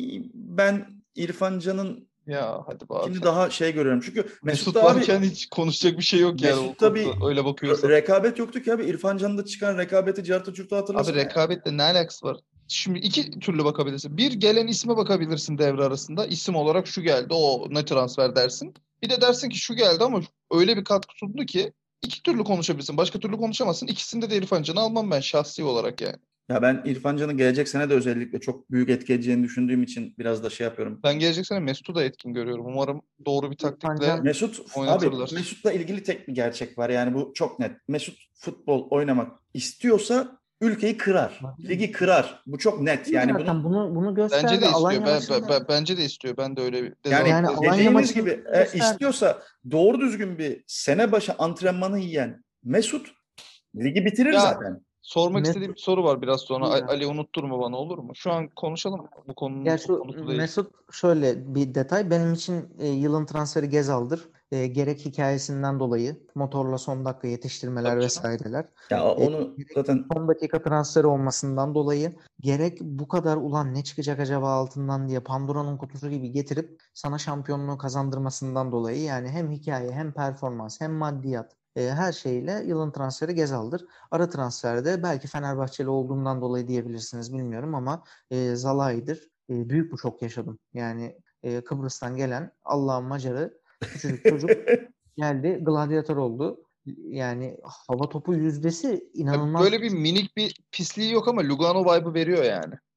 ben İrfan Can'ın Ya hadi be abi. şimdi daha şey görüyorum. Çünkü Mesut Mesut'ta abi varken hiç konuşacak bir şey yok yani. Mesut'ta O bir konuda öyle bakıyorsan. rekabet yoktu ki abi. İrfan Can'da çıkan rekabeti Carta Çurt'u hatırlasana. Abi ya. rekabetle ne alakası var? Şimdi iki türlü bakabilirsin. Bir gelen isme bakabilirsin devre arasında. İsim olarak şu geldi o ne transfer dersin. Bir de dersin ki şu geldi ama öyle bir katkı sundu ki iki türlü konuşabilirsin. Başka türlü konuşamazsın. İkisinde de İrfan Can'ı almam ben şahsi olarak yani. Ya ben İrfan Can'ın gelecek sene de özellikle çok büyük etki edeceğini düşündüğüm için biraz da şey yapıyorum. Ben gelecek sene Mesut'u da etkin görüyorum. Umarım doğru bir İrfan taktikle Can- Mesut abi oynatırlar. Mesut'la ilgili tek bir gerçek var. Yani bu çok net. Mesut futbol oynamak istiyorsa ülkeyi kırar. Ligi kırar. Bu çok net. Yani zaten bunu bunu bunu gösterdi. Bence de istiyor. Alanya Ben, maçında- ben- ben- bence de istiyor. Ben de öyle bir yani, Yani dezavantaj- Alanya dediğiniz maçında gibi e, gösterdi. istiyorsa doğru düzgün bir sene başı antrenmanı yiyen Mesut ligi bitirir Ya, zaten. Sormak Mesut- istediğim bir soru var biraz sonra. Buyur A- abi. Ali unutturma bana olur mu? Şu an konuşalım mı? Bu konunun Ya bu şu konusu değil. Mesut şöyle bir detay. Benim için e, yılın transferi Gezal'dır. E, gerek hikayesinden dolayı motorla son dakika yetiştirmeler Tabii canım. vesaireler. Ya E, onu zaten son dakika transferi olmasından dolayı gerek bu kadar ulan ne çıkacak acaba altından diye Pandora'nın kutusu gibi getirip sana şampiyonluğu kazandırmasından dolayı yani hem hikaye hem performans hem maddiyat e, her şeyle yılın transferi Gezal'dır. Ara transferde belki Fenerbahçeli olduğundan dolayı diyebilirsiniz bilmiyorum ama e, Zalai'dir. E, büyük bir şok yaşadım. Yani e, Kıbrıs'tan gelen Allah'ın Macarı küçücük çocuk geldi gladyatör oldu. Yani hava topu yüzdesi Ya inanılmaz. böyle bir minik bir pisliği yok ama Lugano vibe'ı veriyor yani.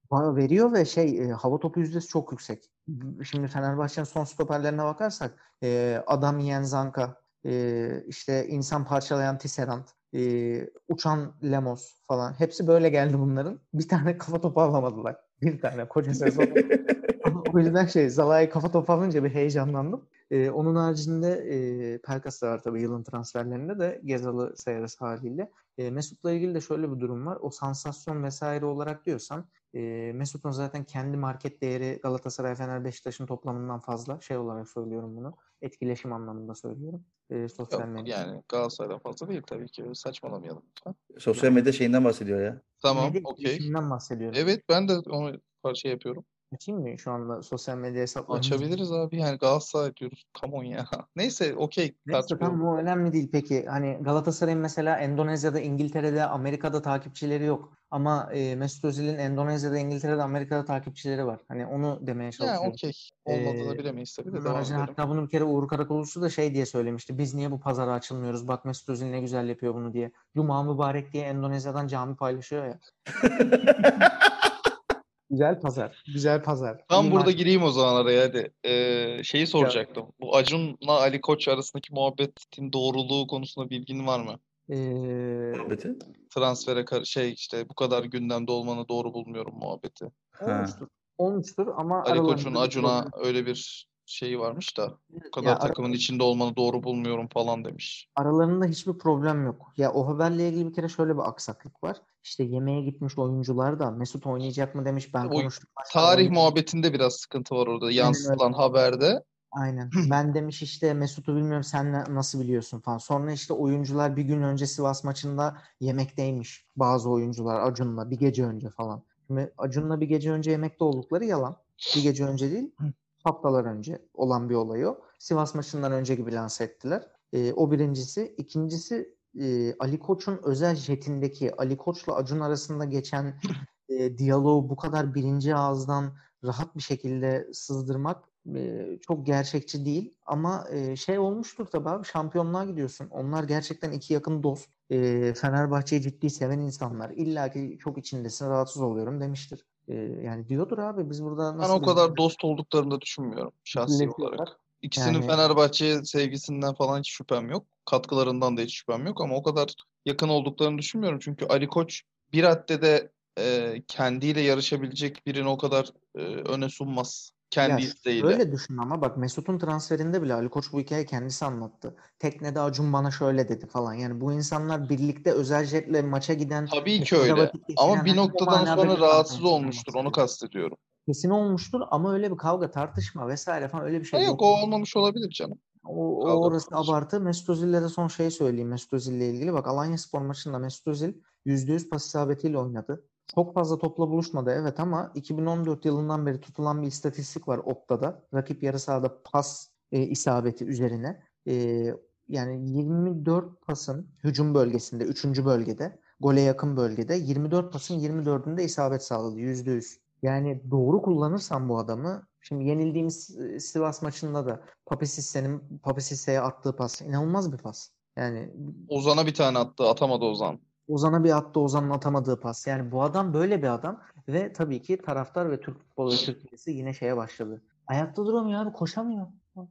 Bayağı veriyor ve şey e, hava topu yüzdesi çok yüksek. Şimdi Fenerbahçe'nin son stoperlerine bakarsak e, adam yiyen Zanka, e, işte insan parçalayan Tisserand, e, uçan Lemos falan. Hepsi böyle geldi bunların. Bir tane kafa topu alamadılar. Bir tane koca sezon. O yüzden şey Zalai kafa topu alınca bir heyecanlandım. Ee, onun haricinde e, Pelkas da var tabii yılın transferlerinde de Gezal'ı sayarız haliyle. E, Mesut'la ilgili de şöyle bir durum var. O sansasyon vesaire olarak diyorsan e, Mesut'un zaten kendi market değeri Galatasaray, Fener, Beşiktaş'ın toplamından fazla. Şey olarak söylüyorum bunu. Etkileşim anlamında söylüyorum. E, sosyal Yok medya. yani Galatasaray'dan fazla değil tabii ki. Saçmalamayalım lütfen. Sosyal medya şeyinden bahsediyor ya. Tamam, Medya okey. etkileşiminden bahsediyorum. Evet, ben de onu şey yapıyorum. Açayım mı şu anda sosyal medya hesaplarını? Açabiliriz abi. Yani Galatasaray diyoruz. Come on ya. Neyse, okey. Neyse Tartışmayalım. tamam o önemli değil peki. Hani Galatasaray'ın mesela Endonezya'da, İngiltere'de, Amerika'da takipçileri yok. Ama e, Mesut Özil'in Endonezya'da, İngiltere'de, Amerika'da takipçileri var. Hani onu demeye Ya çalışıyorum. okey. Olmadığını Ee, bilemeyiz tabii de Bunun devam haricinde edelim. hatta bunu bir kere Uğur Karakulusu da şey diye söylemişti. Biz niye bu pazara açılmıyoruz? Bak Mesut Özil ne güzel yapıyor bunu diye. Cuma mübarek diye Endonezya'dan cami paylaşıyor ya. Güzel pazar. Güzel pazar. Tam İyi burada market. gireyim o zaman araya hadi. Ee, şeyi Ya, soracaktım. Bu Acun'la Ali Koç arasındaki muhabbetin doğruluğu konusunda bilgin var mı? ee, Muhabbeti. Transfere kar- şey işte bu kadar gündemde olmanı doğru bulmuyorum muhabbeti. Ha. olmuştur. Olmuştur ama Ali Koç'un aralarında bir Acun'a problem. öyle bir şeyi varmış da bu Ya kadar ara- takımın içinde olmanı doğru bulmuyorum falan demiş. aralarında hiçbir problem yok. Ya o haberle ilgili bir kere şöyle bir aksaklık var. İşte yemeğe gitmiş oyuncular da Mesut oynayacak mı demiş. Ben Bu konuştum başkan tarih oynayacak. muhabbetinde biraz sıkıntı var orada Aynen öyle. yansıtılan haberde. Aynen. Ben demiş işte Mesut'u bilmiyorum sen na- nasıl biliyorsun falan. Sonra işte oyuncular bir gün önce Sivas maçında yemekteymiş. Bazı oyuncular Acun'la bir gece önce falan. Şimdi Acun'la bir gece önce yemekte oldukları yalan. Bir gece önce değil, haftalar önce olan bir olay o. Sivas maçından önce gibi lanse ettiler. Ee, o birincisi. İkincisi e, Ali Koç'un özel jetindeki Ali Koç'la Acun arasında geçen e, diyaloğu bu kadar birinci ağızdan rahat bir şekilde sızdırmak e, çok gerçekçi değil. Ama e, şey olmuştur tabii abi şampiyonluğa gidiyorsun. Onlar gerçekten iki yakın dost. E, Fenerbahçe'yi ciddi seven insanlar. İlla ki çok içindesin rahatsız oluyorum demiştir. E, yani diyordur abi biz burada Ben nasıl o biz kadar dost olduklarını da düşünmüyorum şahsi birleşiyorlar. olarak. İkisinin Yani Fenerbahçe sevgisinden falan hiç şüphem yok. Katkılarından da hiç şüphem yok ama o kadar yakın olduklarını düşünmüyorum. Çünkü Ali Koç bir haddede e, kendiyle yarışabilecek birini o kadar e, öne sunmaz. ya Kendi isteğiyle. şöyle düşün ama bak Mesut'un transferinde bile Ali Koç bu hikayeyi kendisi anlattı. Teknede Acun bana şöyle dedi falan. Yani bu insanlar birlikte özel jetle maça giden, Tabii ki teknede öyle. vakit Ama geçiren bir hani o noktadan manada sonra bir rahatsız arkadaşlıktan olmuştur. Onu bahsediyorum. kastediyorum. Kesin olmuştur ama öyle bir kavga, tartışma vesaire falan öyle bir Ha şey yok o yoktur. olmamış olabilir canım. O, o Kavga orası tartışma. abartı. Mesut Özil'le de son şeyi söyleyeyim Mesut Özil'le ilgili. Bak Alanyaspor maçında Mesut Özil yüzde yüz pas isabetiyle oynadı. Çok fazla topla buluşmadı evet ama iki bin on dört yılından beri tutulan bir istatistik var Opta'da. Rakip yarı sahada pas e, isabeti üzerine. E, yani yirmi dört pasın hücum bölgesinde, üçüncü bölgede, gole yakın bölgede yirmi dört pasın yirmi dördünde isabet sağladı. yüzde yüz. Yani doğru kullanırsan bu adamı, şimdi yenildiğimiz e, Sivas maçında da Papisisse'nin Papisisse'ye attığı pas inanılmaz bir pas. Yani Ozan'a bir tane attı. Atamadı Ozan. Ozan'a bir attı, Ozan'ın atamadığı pas. Yani bu adam böyle bir adam ve tabii ki taraftar ve Türk futbolu ve Türkiye'si yine şeye başladı. Ayakta duramıyor abi, koşamıyor.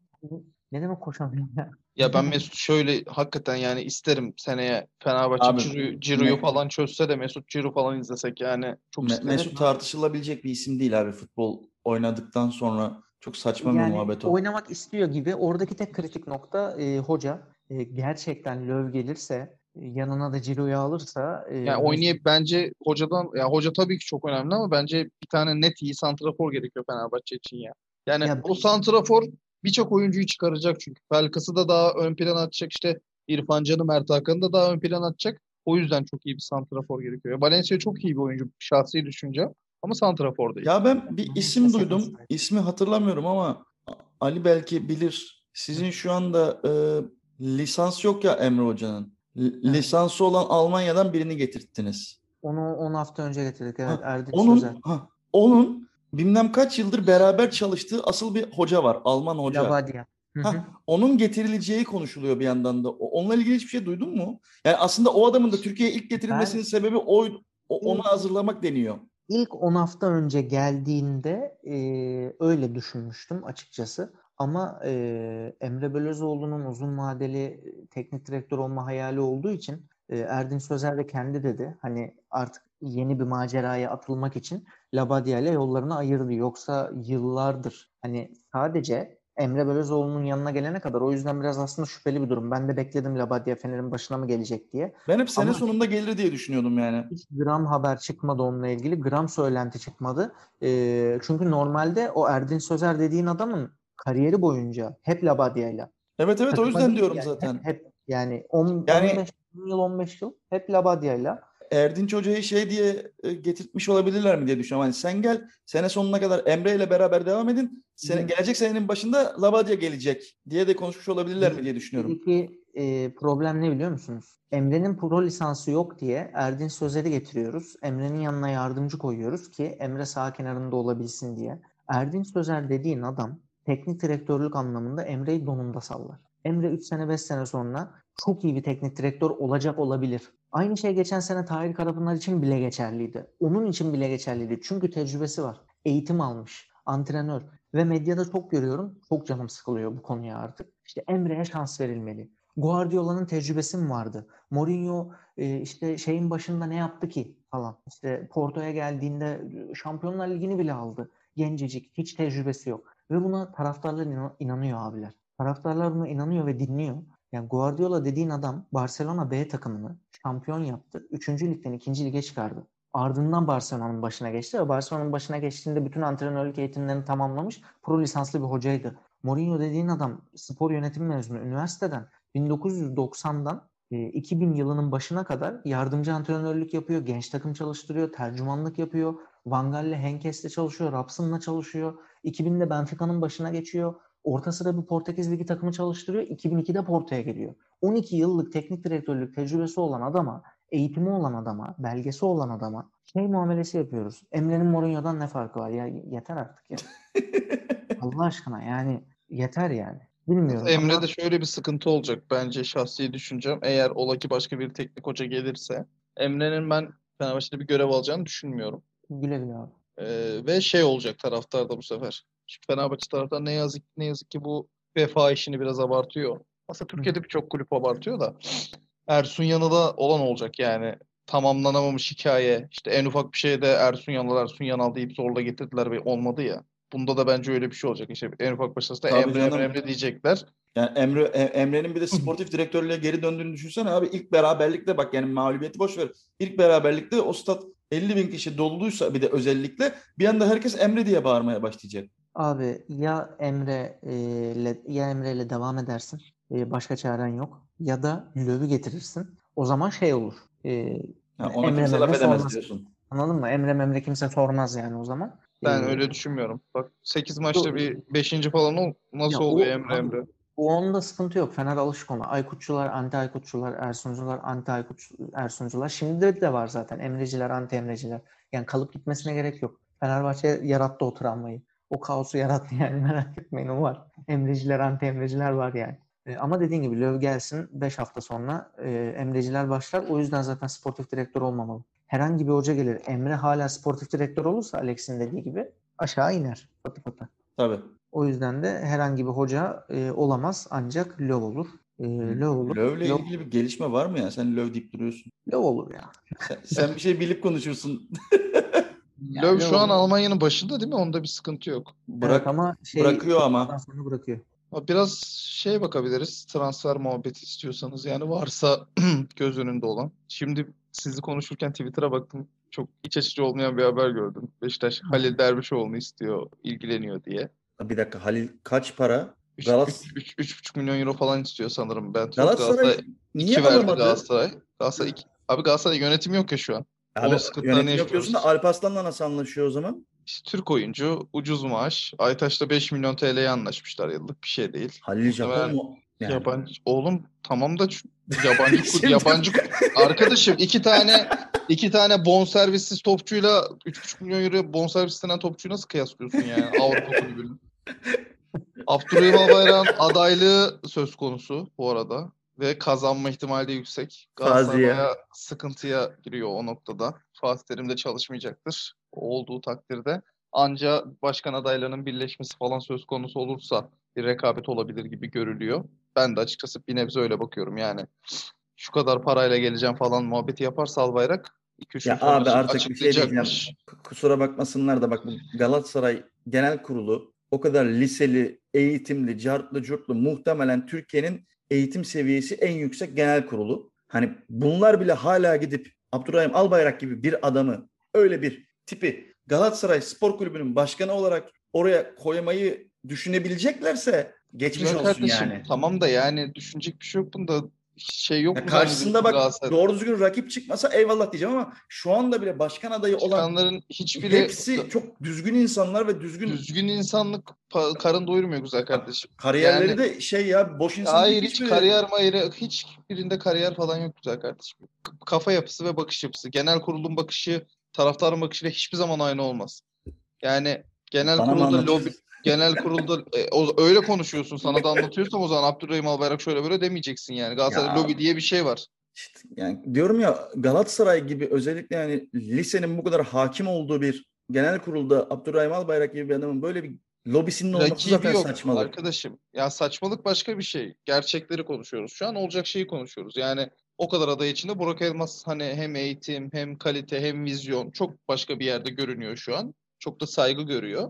Ne demek koşamıyor ya? Ya ben Mesut şöyle hakikaten yani isterim seneye Fenerbahçe Abi Ciro'yu Ciro'yu Me- falan çözse de Mesut Ciro falan izlesek yani çok Me- isterim. Evet. Mesut tartışılabilecek bir isim değil abi, futbol oynadıktan sonra çok saçma bir Yani muhabbet o. oynamak istiyor gibi. Oradaki tek kritik nokta e, hoca e, gerçekten Löw gelirse e, yanına da Ciro'yu alırsa e, Yani Mesut oynayıp bence hocadan ya hoca tabii ki çok önemli ama bence bir tane net iyi santrafor gerekiyor Fenerbahçe için ya. Yani ya o santrafor birçok oyuncuyu çıkaracak çünkü. Pelkas'ı da daha ön plana atacak işte İrfan Can'ı Mert Hakan'ı da daha ön plana atacak. O yüzden çok iyi bir santrafor gerekiyor. Valencia çok iyi bir oyuncu şahsi düşünce ama santrafor değil. Ya ben bir Valencia isim second duydum. striker. İsmi hatırlamıyorum ama Ali belki bilir. Sizin şu anda e, lisans yok ya Emre Hoca'nın. L- Evet. Lisansı olan Almanya'dan birini getirttiniz. Onu on hafta önce getirdik. Evet, Ha, Erdinç Sözer. onun ha, onun bilmem kaç yıldır beraber çalıştığı asıl bir hoca var. Alman hoca. Labadia. Hı hı. Ha, onun getirileceği konuşuluyor bir yandan da. O- Onunla ilgili hiçbir şey duydun mu? Yani aslında o adamın da Türkiye'ye ilk getirilmesinin Ben sebebi oydu. O, onu şu hazırlamak deniyor. İlk on hafta önce geldiğinde e, öyle düşünmüştüm açıkçası. Ama e, Emre Belözoğlu'nun uzun vadeli teknik direktör olma hayali olduğu için e, Erdinç Sözer de kendi dedi. Hani artık yeni bir maceraya atılmak için Labadia ile yollarını ayırdı. Yoksa yıllardır hani sadece Emre Belözoğlu'nun yanına gelene kadar, o yüzden biraz aslında şüpheli bir durum. Ben de bekledim Labadia Fener'in başına mı gelecek diye. Ben hep sene Ama sonunda gelir diye düşünüyordum yani. hiç gram haber çıkmadı onunla ilgili. Gram söylenti çıkmadı. Ee, çünkü normalde o Erdinç Sözer dediğin adamın kariyeri boyunca hep Labadia'yla. Evet evet, o Takıma yüzden değil diyorum yani. Hep, zaten. hep yani on, Yani on beş yıl on beş yıl hep Labadia'yla. Erdinç Hoca'yı şey diye e, getirtmiş olabilirler mi diye düşünüyorum. Hani sen gel, sene sonuna kadar Emre ile beraber devam edin. Sene, Bir, gelecek senenin başında Labadia gelecek diye de konuşmuş olabilirler mi bir, diye bir düşünüyorum. iki e, problem ne biliyor musunuz? Emre'nin pro lisansı yok diye Erdinç Sözer'i getiriyoruz. Emre'nin yanına yardımcı koyuyoruz ki Emre sağ kenarında olabilsin diye. Erdinç Sözer dediğin adam teknik direktörlük anlamında Emre'yi donunda sallar. Emre üç sene beş sene sonra çok iyi bir teknik direktör olacak olabilir. Aynı şey geçen sene Tahir Karapınar için bile geçerliydi. Onun için bile geçerliydi. Çünkü tecrübesi var. Eğitim almış. Antrenör. Ve medyada çok görüyorum. Çok canım sıkılıyor bu konuya artık. İşte Emre'ye şans verilmeli. Guardiola'nın tecrübesi mi vardı? Mourinho e, işte şeyin başında ne yaptı ki falan. İşte Porto'ya geldiğinde Şampiyonlar Ligi'ni bile aldı. Gencecik, hiç tecrübesi yok. Ve buna taraftarlar inan- inanıyor abiler. Taraftarlar buna inanıyor ve dinliyor. Yani Guardiola dediğin adam Barcelona B takımını şampiyon yaptı. Üçüncü ligden ikinci lige çıkardı. Ardından Barcelona'nın başına geçti ve Barcelona'nın başına geçtiğinde bütün antrenörlük eğitimlerini tamamlamış pro lisanslı bir hocaydı. Mourinho dediğin adam spor yönetimi mezunu üniversiteden bin dokuz yüz doksandan iki bin yılının başına kadar yardımcı antrenörlük yapıyor, genç takım çalıştırıyor, tercümanlık yapıyor. Van Gaal'le Henkes'le çalışıyor, Rapson'la çalışıyor. iki binde Benfica'nın başına geçiyor. Orta sıra bir Portekiz Ligi takımı çalıştırıyor. iki bin ikide Porto'ya geliyor. on iki yıllık teknik direktörlük tecrübesi olan adama, eğitimi olan adama, belgesi olan adama şey muamelesi yapıyoruz. Emre'nin Mourinho'dan ne farkı var? Ya yeter artık ya. Allah aşkına yani yeter yani. Bilmiyorum ama Emre'de şöyle bir sıkıntı olacak bence, şahsi düşüncem. Eğer ola ki başka bir teknik hoca gelirse Emre'nin ben Fenerbahçe'de bir görev alacağını düşünmüyorum. güle güle abi. Ee, ve şey olacak taraftarda bu sefer. Çünkü Fenerbahçe taraftar ne yazık ne yazık ki bu vefa işini biraz abartıyor. Aslında Türkiye'de birçok kulüp abartıyor da Ersun Yanal'a olan olacak yani. Tamamlanamamış hikaye. İşte en ufak bir şeyde Ersun Yanal, Ersun Yanal deyip zorla getirdiler ve olmadı ya. Bunda da bence öyle bir şey olacak. İşte en ufak başlasında Tabii Emre Emre canım. Emre diyecekler. Yani Emre E- Emre'nin bir de sportif direktörlüğe geri döndüğünü düşünsene abi. İlk beraberlikte bak, yani mağlubiyeti boş ver. İlk beraberlikte o stat elli bin kişi doluysa bir de özellikle bir anda herkes Emre diye bağırmaya başlayacak. Abi ya Emre e, ile ya Emre ile devam edersin. E, başka çaren yok. Ya da Löw'ü getirirsin. O zaman şey olur. E, Ha, ona Emre kimse laf Memre edemez sormaz. diyorsun. Anladın mı? Emre Memre kimse sormaz yani o zaman. Ben E, öyle düşünmüyorum. Bak sekiz maçta yo- bir beşinci falan ol. Ya Nasıl oluyor o Emre abi Emre? o onda sıkıntı yok. Fener alışık ona. Aykutçular, anti Aykutçular, Ersuncular, anti Aykut Ersuncular. Şimdi de, de var zaten. Emreciler, anti Emreciler. Yani kalıp gitmesine gerek yok. Fenerbahçe yarattı o travmayı. O kaosu yarattı yani, merak etmeyin, o var. Emreciler, anti Emreciler var yani. E, ama dediğin gibi Löw gelsin beş hafta sonra e, Emreciler başlar. O yüzden zaten sportif direktör olmamalı. Herhangi bir hoca gelir. Emre hala sportif direktör olursa Alex'in dediği gibi aşağı iner. Patı patı. Tabii. O yüzden de herhangi bir hoca e, olamaz, ancak Löw olur. E, Löw olur. Löv'le Löw, ilgili bir gelişme var mı ya? Sen Löw deyip duruyorsun. Löw olur ya. Sen, sen bir şey bilip konuşursun. Yani Löw Löw şu an olur. Almanya'nın başında değil mi? Onda bir sıkıntı yok. Evet Bırak ama şey bırakıyor turnuvadan ama. sonra bırakıyor. Ama biraz şey bakabiliriz. Transfer muhabbeti istiyorsanız. Yani varsa göz önünde olan. Şimdi sizi konuşurken Twitter'a baktım. Çok iç açıcı olmayan bir haber gördüm. Beşiktaş Halil Dervişoğlu'nu istiyor, ilgileniyor diye. Bir dakika, Halil kaç para? üç Galas üç buçuk milyon euro falan istiyor sanırım Benford. Galatasaray Galatasaray niye iki verdi alamadı? Galatasaray. Galatasaray iki. Abi Galatasaray yönetimi yok ya şu an. Onun Abi sıkıntılarını yönetim yapıyorsun da yaşıyoruz. Alp Aslan'la nasıl anlaşıyor o zaman? İşte Türk oyuncu, ucuz maaş. Aytaç'ta beş milyon T L'ye anlaşmışlar, yıllık bir şey değil. Halil Japon Muhtemelen mu? Yani. yabancı oğlum, tamam da şu- yabancı kul- Şimdi yabancı arkadaşım iki tane iki tane bonservissiz topçuyla üç buçuk milyon euro bonservis istenen topçuyu nasıl kıyaslıyorsun yani Avrupa kulübünün? Abdurrahim Albayrak'ın adaylığı söz konusu bu arada ve kazanma ihtimali de yüksek. Galatasaray Faziye. bayağı sıkıntıya giriyor o noktada. Fatih Terim de çalışmayacaktır. olduğu takdirde anca başkan adaylarının birleşmesi falan söz konusu olursa bir rekabet olabilir gibi görülüyor. Ben de açıkçası bir nebze öyle bakıyorum yani. Şu kadar parayla geleceğim falan muhabbeti yaparsa Albayrak iki üç gün Ya sonra abi açık- artık bir şey diyeceğim. açıklayacakmış. K- Kusura bakmasınlar da bak, bu Galatasaray Genel Kurulu o kadar liseli, eğitimli, cartlı, curtlu, muhtemelen Türkiye'nin eğitim seviyesi en yüksek genel kurulu. Hani bunlar bile hala gidip Abdurrahim Albayrak gibi bir adamı, öyle bir tipi Galatasaray Spor Kulübü'nün başkanı olarak oraya koymayı düşünebileceklerse geçmiş Güzel olsun kardeşim, yani. tamam da yani düşünecek bir şey yok bunda. Şey yok Ya mu karşısında zannediyorsun bak Galatasaray'da? doğru düzgün rakip çıkmasa eyvallah diyeceğim ama şu anda bile başkan adayı olan Çıkanların hiçbiri hepsi çok düzgün insanlar ve düzgün düzgün insanlık pa- karın doyurmuyor güzel kardeşim. kariyerleri Yani de şey ya, boş insan değil hayır, ki hiç hiçbiri. kariyer mayırı, hiçbirinde kariyer falan yok güzel kardeşim. K- Kafa yapısı ve bakış yapısı. Genel kurulun bakışı, taraftarın bakışıyla hiçbir zaman aynı olmaz. Yani genel Bana mı kurulda lobi, anlatıyorsun? genel kurulda e, o, öyle konuşuyorsun, sana da anlatıyorsam o zaman Abdurrahim Albayrak şöyle böyle demeyeceksin yani. Galatasaray Ya lobi diye bir şey var. işte yani diyorum ya, Galatasaray gibi özellikle yani lisenin bu kadar hakim olduğu bir genel kurulda Abdurrahim Albayrak gibi bir adamın böyle bir lobisinin olması Rakibi zaten yok saçmalık. arkadaşım. Ya saçmalık başka bir şey. Gerçekleri konuşuyoruz. Şu an olacak şeyi konuşuyoruz. Yani o kadar aday içinde Burak Elmas hani hem eğitim hem kalite hem vizyon çok başka bir yerde görünüyor şu an. Çok da saygı görüyor.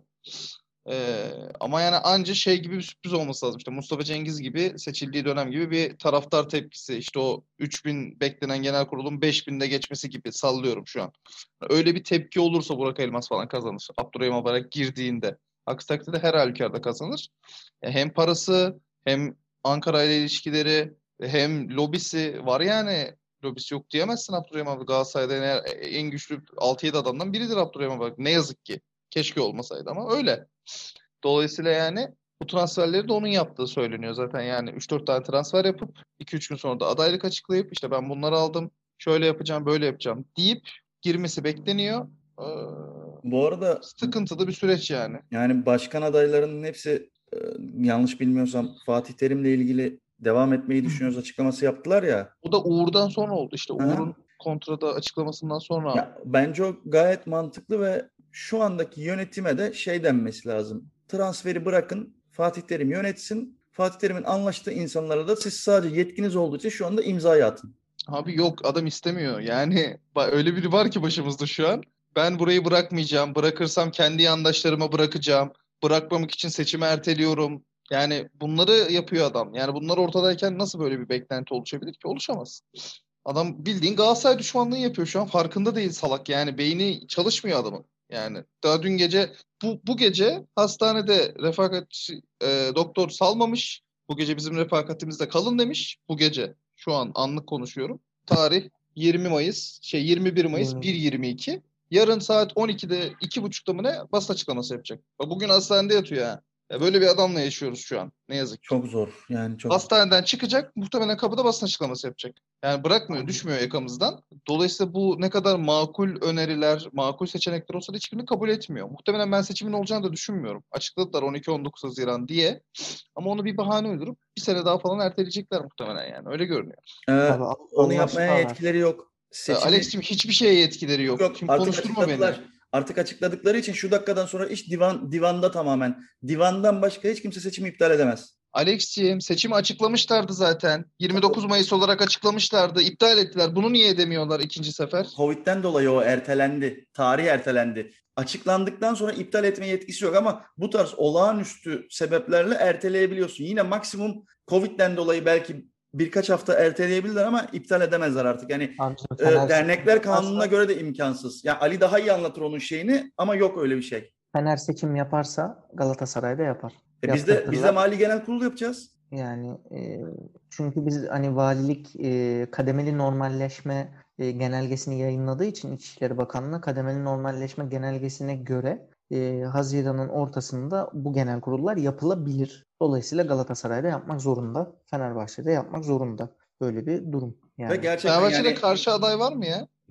Ee, ama yani anca şey gibi bir sürpriz olması lazım. İşte Mustafa Cengiz gibi seçildiği dönem gibi bir taraftar tepkisi. İşte o üç bin beklenen genel kurulun beş binde geçmesi gibi sallıyorum şu an. Öyle bir tepki olursa Burak Elmas falan kazanır. Abdurrahim Albayrak girdiğinde. Aksi takdirde her halükarda kazanır. Ya hem parası hem Ankara ile ilişkileri hem lobisi var yani. Lobisi yok diyemezsin Abdurrahim abi. Galatasaray'da en, en güçlü altı yedi adamdan biridir Abdurrahim Albayrak. Ne yazık ki. Keşke olmasaydı ama öyle. Dolayısıyla yani bu transferleri de onun yaptığı söyleniyor zaten. Yani üç dört tane transfer yapıp iki üç gün sonra da adaylık açıklayıp işte ben bunları aldım, şöyle yapacağım, böyle yapacağım deyip girmesi bekleniyor. Ee, Bu arada sıkıntılı bir süreç yani. yani başkan adaylarının hepsi e, yanlış bilmiyorsam Fatih Terim'le ilgili devam etmeyi düşünüyoruz açıklaması yaptılar ya. Bu da Uğur'dan sonra oldu. İşte Aha. Uğur'un kontrada açıklamasından sonra Ya bence o gayet mantıklı ve şu andaki yönetime de şey denmesi lazım. Transferi bırakın, Fatih Terim yönetsin. Fatih Terim'in anlaştığı insanlara da siz sadece yetkiniz olduğu için şu anda imzayı atın. abi yok adam istemiyor. Yani ba- öyle biri var ki başımızda şu an. Ben burayı bırakmayacağım. Bırakırsam kendi yandaşlarıma bırakacağım. Bırakmamak için seçimi erteliyorum. Yani bunları yapıyor adam. Yani bunlar ortadayken nasıl böyle bir beklenti oluşabilir ki? Oluşamaz. Adam bildiğin Galatasaray düşmanlığı yapıyor şu an. Farkında değil salak. Yani beyni çalışmıyor adamın. Yani daha dün gece bu, bu gece hastanede refakatçi e, doktor salmamış. Bu gece bizim refakatimizde kalın demiş. Bu gece. Şu an anlık konuşuyorum. Tarih yirmi Mayıs, şey yirmi bir Mayıs yirmi. bir yirmi iki. Yarın saat on ikide iki buçukta mı ne basın açıklaması yapacak. Bak bugün hastanede yatıyor ha. Ya böyle bir adamla yaşıyoruz şu an. Ne yazık ki. Çok zor yani, çok zor. Hastaneden çıkacak, muhtemelen kapıda basın açıklaması yapacak. Yani bırakmıyor, düşmüyor yakamızdan. Dolayısıyla bu ne kadar makul öneriler, makul seçenekler olsa da hiçbirini kabul etmiyor. Muhtemelen ben seçimin olacağını da düşünmüyorum. Açıkladılar on iki on dokuz Haziran diye. Ama onu bir bahane uydurup bir sene daha falan erteleyecekler muhtemelen yani. Öyle görünüyor. Ee, Tabii onu yapmaya anlaşma var. yetkileri yok. Ee, Seçimi Alex'cim hiçbir şeye yetkileri yok yok. yok, Şimdi artık konuşturma beni. açıkladılar. Artık açıkladıkları için şu dakikadan sonra iş divan divanda tamamen. Divandan başka hiç kimse seçimi iptal edemez. Alex'ciğim seçimi açıklamışlardı zaten. yirmi dokuz Mayıs olarak açıklamışlardı. İptal ettiler. Bunu niye edemiyorlar ikinci sefer? Covid'den dolayı o ertelendi. Tarih ertelendi. Açıklandıktan sonra iptal etme yetkisi yok ama bu tarz olağanüstü sebeplerle erteleyebiliyorsun. Yine maksimum Covid'den dolayı belki birkaç hafta erteleyebilirler ama iptal edemezler artık. Yani Ancak e, Fener seçim dernekler kanununa yaparsa, göre de imkansız. Yani Ali daha iyi anlatır onun şeyini ama yok öyle bir şey. Fener seçim yaparsa Galatasaray'da yapar. E biz de biz de Yaptırtırlar. Mali Genel Kurulu yapacağız. Yani e, çünkü biz hani valilik e, kademeli normalleşme e, genelgesini yayınladığı için İçişleri Bakanlığı kademeli normalleşme genelgesine göre e, Haziran'ın ortasında bu genel kurullar yapılabilir. Dolayısıyla Galatasaray'da yapmak zorunda, Fenerbahçe'de yapmak zorunda. Böyle bir durum Ve yani. gerçekten Fenerbahçe'de yani karşı aday var mı ya?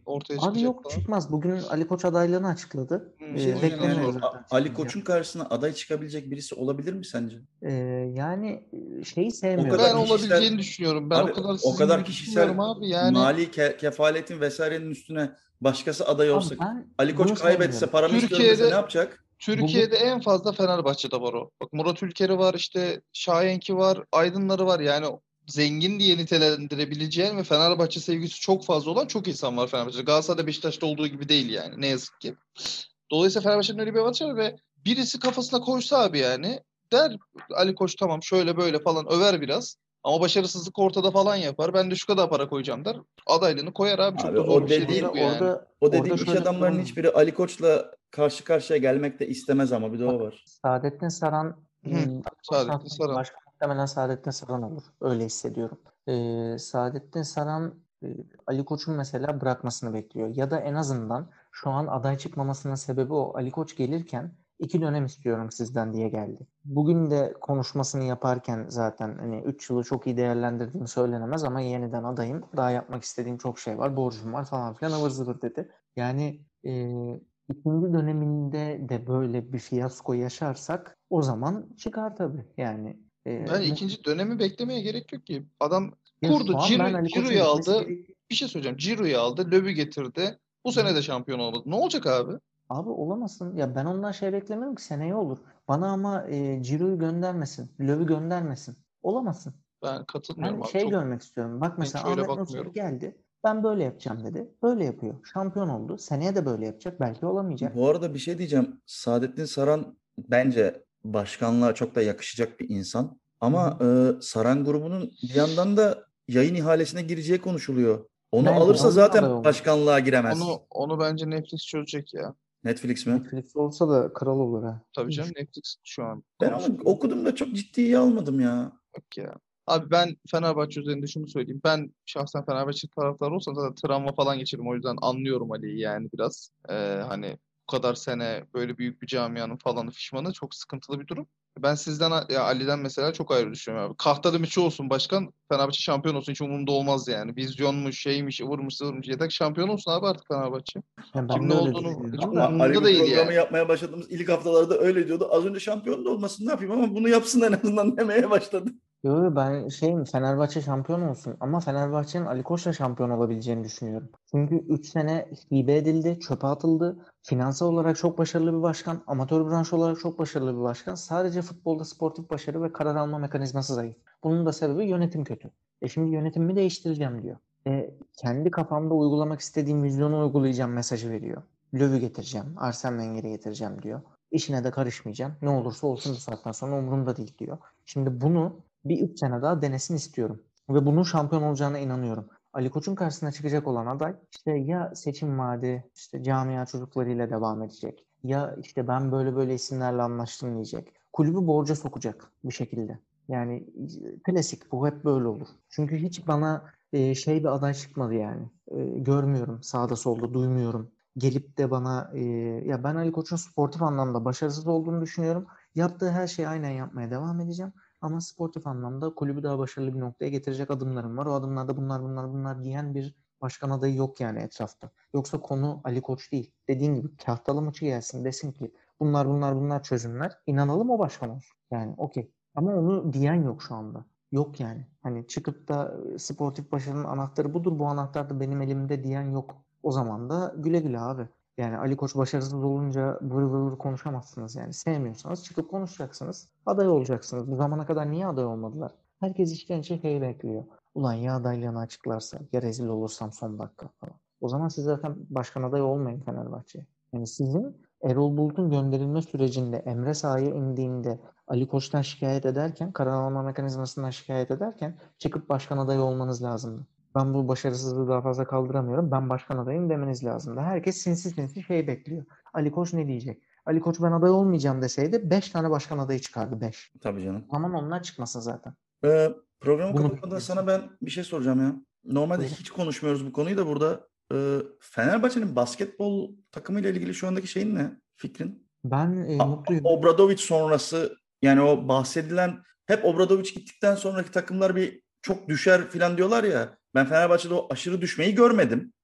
ortaya Abi çıkacak yok falan. çıkmaz. Bugün Ali Koç adaylığını açıkladı. Hı, Ee, şey O yüzden söyleyeceğim, bekleniyor yani sor. A- zaten Ali çıkınca. Koç'un karşısına aday çıkabilecek birisi olabilir mi sence? Ee, yani şeyi O sevmiyorum. Ben kadar olabileceğini kişisel düşünüyorum. Ben abi o kadar o sizin kadar gibi düşünmüyorum kişisel abi. Yani mali ke- kefaletin vesairenin üstüne başkası aday Abi olsa ben Ali Koç bunu kaybetse sevmiyorum. paramı istiyorum dese ne Türkiye'de yapacak? Türkiye'de Bugün en fazla Fenerbahçe'de var o. Bak Murat Ülker'i var, işte Şahenk'i var, Aydınlar'ı var. Yani zengin diye nitelendirebileceğin ve Fenerbahçe sevgisi çok fazla olan çok insan var Fenerbahçe'de. Galatasaray'da, Beşiktaş'ta olduğu gibi değil yani, ne yazık ki. Dolayısıyla Fenerbahçe'nin öyle bir avantajı var ve birisi kafasına koysa abi, yani der Ali Koç tamam şöyle böyle falan, över biraz. Ama başarısızlık ortada falan yapar. Ben de şu kadar para koyacağım der. Adaylığını koyar abi. Çok Abi da zor o bir şey değil orada dediğin bu yani. orada o orada dediğin iş şöyle bir durum adamlarının var. hiçbiri Ali Koç'la karşı karşıya gelmek de istemez ama bir de o Bak var. Saadettin Saran Hı. hmm, Ali Koç'tan Saadettin sonraki Saran. başkan muhtemelen Saadettin Saran olur. Öyle hissediyorum. Ee, Saadettin Saran e, Ali Koç'un mesela bırakmasını bekliyor. Ya da en azından şu an aday çıkmamasının sebebi o. Ali Koç gelirken iki dönem istiyorum sizden diye geldi. Bugün de konuşmasını yaparken zaten hani üç yılı çok iyi değerlendirdiğim söylenemez ama yeniden adayım. Daha yapmak istediğim çok şey var. Borcum var falan filan ıvır zıvır dedi. Yani e, İkinci döneminde de böyle bir fiyasko yaşarsak o zaman çıkar tabii. Yani e, Ben mu- ikinci dönemi beklemeye gerek yok ki. Adam ya kurdu. şu an Ciro, ben Ali Koç'un Ciro'yu gitmesi aldı. gerekiyor. Bir şey söyleyeceğim. Ciro'yu aldı. Löw'ü getirdi. Bu Hı hı. sene de şampiyon olmadı. Ne olacak abi? Abi olamasın. Ya ben ondan şey beklemiyorum ki seneye olur. Bana ama e, Ciro'yu göndermesin. Löw'ü göndermesin. Olamasın. Ben katılmıyorum Ben abi. şey Çok görmek istiyorum. Bak ben hiç mesela öyle Ahmet Nur Çebi bakmıyorum. geldi. Ben böyle yapacağım dedi. Böyle yapıyor. Şampiyon oldu. Seneye de böyle yapacak. Belki olamayacak. Bu arada bir şey diyeceğim. Saadettin Saran bence başkanlığa çok da yakışacak bir insan. Hı hı. Ama e, Saran grubunun bir yandan da yayın ihalesine gireceği konuşuluyor. Onu Nerede? alırsa Onun aday zaten olması. başkanlığa giremez. Onu onu bence Netflix çözecek ya. Netflix mi? Netflix olsa da kral olur ha. Tabii canım, Netflix şu an Ben onu konuşuluyor. okudum da çok ciddiye almadım ya. Yok ya. Abi ben Fenerbahçe üzerinde şunu söyleyeyim. Ben şahsen Fenerbahçe taraftarı olsam zaten travma falan geçirdim. O yüzden anlıyorum Ali'yi yani biraz. Ee, hani bu kadar sene böyle büyük bir camianın falanı fişmanı çok sıkıntılı bir durum. Ben sizden, ya Ali'den mesela çok ayrı düşünüyorum abi. Kahtalı olsun başkan, Fenerbahçe şampiyon olsun, hiç umurumda olmaz yani. Vizyonmuş, şeymiş, ıvırmış, zıvırmış. Yeter ki şampiyon olsun abi artık Fenerbahçe. Ya Kim ben ne de öyle olduğunu hiç düşünüyorum Ama da. Ali umurumda bu değil programı yani. yapmaya başladığımız ilk haftalarda öyle diyordu. Az önce şampiyon da olmasın ne yapayım ama bunu yapsın en azından demeye başladı. Yo, yo, ben şeyim Fenerbahçe şampiyon olsun ama Fenerbahçe'nin Ali Koç'la şampiyon olabileceğini düşünüyorum. Çünkü üç sene hibe edildi, çöpe atıldı. Finansal olarak çok başarılı bir başkan, amatör branş olarak çok başarılı bir başkan. Sadece futbolda sportif başarı ve karar alma mekanizması zayıf. Bunun da sebebi yönetim kötü. E şimdi yönetimimi değiştireceğim diyor. E, kendi kafamda uygulamak istediğim vizyonu uygulayacağım mesajı veriyor. Löw'ü getireceğim, Arsene Wenger'i getireceğim diyor. İşine de karışmayacağım. Ne olursa olsun bu saatten sonra umurumda değil diyor. Şimdi bunu bir üç sene daha denesin istiyorum. Ve bunun şampiyon olacağına inanıyorum. Ali Koç'un karşısına çıkacak olan aday işte ya seçim vaadi işte camia çocuklarıyla devam edecek. Ya işte ben böyle böyle isimlerle anlaştım diyecek. Kulübü borca sokacak bir şekilde. Yani klasik bu hep böyle olur. Çünkü hiç bana e, şey bir aday çıkmadı yani. E, görmüyorum sağda solda duymuyorum. Gelip de bana e, ya ben Ali Koç'un sportif anlamda başarısız olduğunu düşünüyorum. Yaptığı her şeyi aynen yapmaya devam edeceğim. Ama sportif anlamda kulübü daha başarılı bir noktaya getirecek adımlarım var. O adımlarda bunlar bunlar bunlar diyen bir başkan adayı yok yani etrafta. Yoksa konu Ali Koç değil. Dediğin gibi kahtalı maçı gelsin desin ki bunlar bunlar bunlar çözümler. İnanalım o başkan olsun. Yani okey. Ama onu diyen yok şu anda. Yok yani. Hani çıkıp da sportif başarının anahtarı budur. Bu anahtar da benim elimde diyen yok. O zaman da güle güle abi. Yani Ali Koç başarısız olunca vır vır vır konuşamazsınız yani. Sevmiyorsanız çıkıp konuşacaksınız. Aday olacaksınız. Bu zamana kadar niye aday olmadılar? Herkes içten içe şey bekliyor. Ulan ya adaylığını açıklarsa ya rezil olursam son dakika falan. O zaman siz zaten başkan adayı olmayın Fenerbahçe'ye. Yani sizin Erol Bulut'un gönderilme sürecinde Emre sahaya indiğinde Ali Koç'tan şikayet ederken, karar alma mekanizmasından şikayet ederken çıkıp başkan adayı olmanız lazımdı. Ben bu başarısızlığı daha fazla kaldıramıyorum. Ben başkan adayım demeniz lazımdı. Herkes sinsi sinsi şey bekliyor. Ali Koç ne diyecek? Ali Koç ben aday olmayacağım deseydi beş tane başkan adayı çıkardı. beş. Tabii canım. O zaman onlar çıkmasın zaten. Ee, programı Bunu kapatmadan sana bekliyorsun. ben bir şey soracağım ya. Normalde Buyurun. hiç konuşmuyoruz bu konuyu da burada. Ee, Fenerbahçe'nin basketbol takımıyla ilgili şu andaki şeyin ne? Fikrin? Ben e, A- mutluyum. Obradovic sonrası yani o bahsedilen hep Obradovic gittikten sonraki takımlar bir çok düşer falan diyorlar ya. Ben Fenerbahçe'de o aşırı düşmeyi görmedim.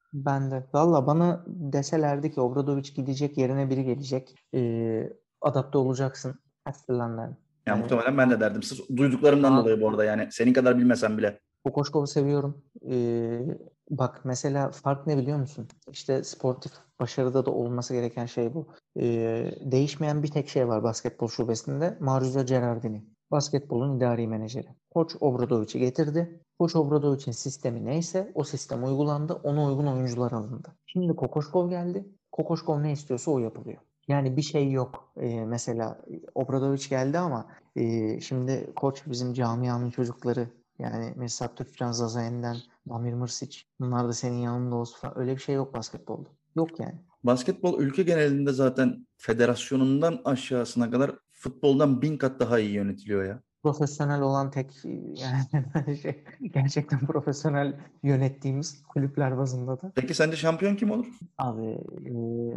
Ben de. Valla bana deselerdi ki Obradovic gidecek, yerine biri gelecek. Ee, adapte olacaksın. Hadi lan derim. Yani Yani muhtemelen ben de derdim. Sırf duyduklarımdan Kaan dolayı bu arada yani. Senin kadar bilmesem bile. Kokoşkov'u seviyorum. Ee, bak mesela fark ne biliyor musun? İşte sportif başarıda da olması gereken şey bu. Ee, değişmeyen bir tek şey var basketbol şubesinde. Mauricio Gerardini. Basketbolun idari menajeri. Koç Obradovic'i getirdi. Koç Obradovic'in sistemi neyse o sistem uygulandı. Ona uygun oyuncular alındı. Şimdi Kokoşkov geldi. Kokoşkov ne istiyorsa o yapılıyor. Yani bir şey yok. Ee, mesela Obradovic geldi ama e, şimdi koç bizim camianın çocukları yani Mesut Türkcan, Zaza Enden, Damir Mırsic. Bunlar da senin yanında olsun falan. Öyle bir şey yok basketbolda. Yok yani. Basketbol ülke genelinde zaten federasyonundan aşağısına kadar futboldan bin kat daha iyi yönetiliyor ya. Profesyonel olan tek yani şey, gerçekten profesyonel yönettiğimiz kulüpler bazında da. Peki sence şampiyon kim olur? Abi e,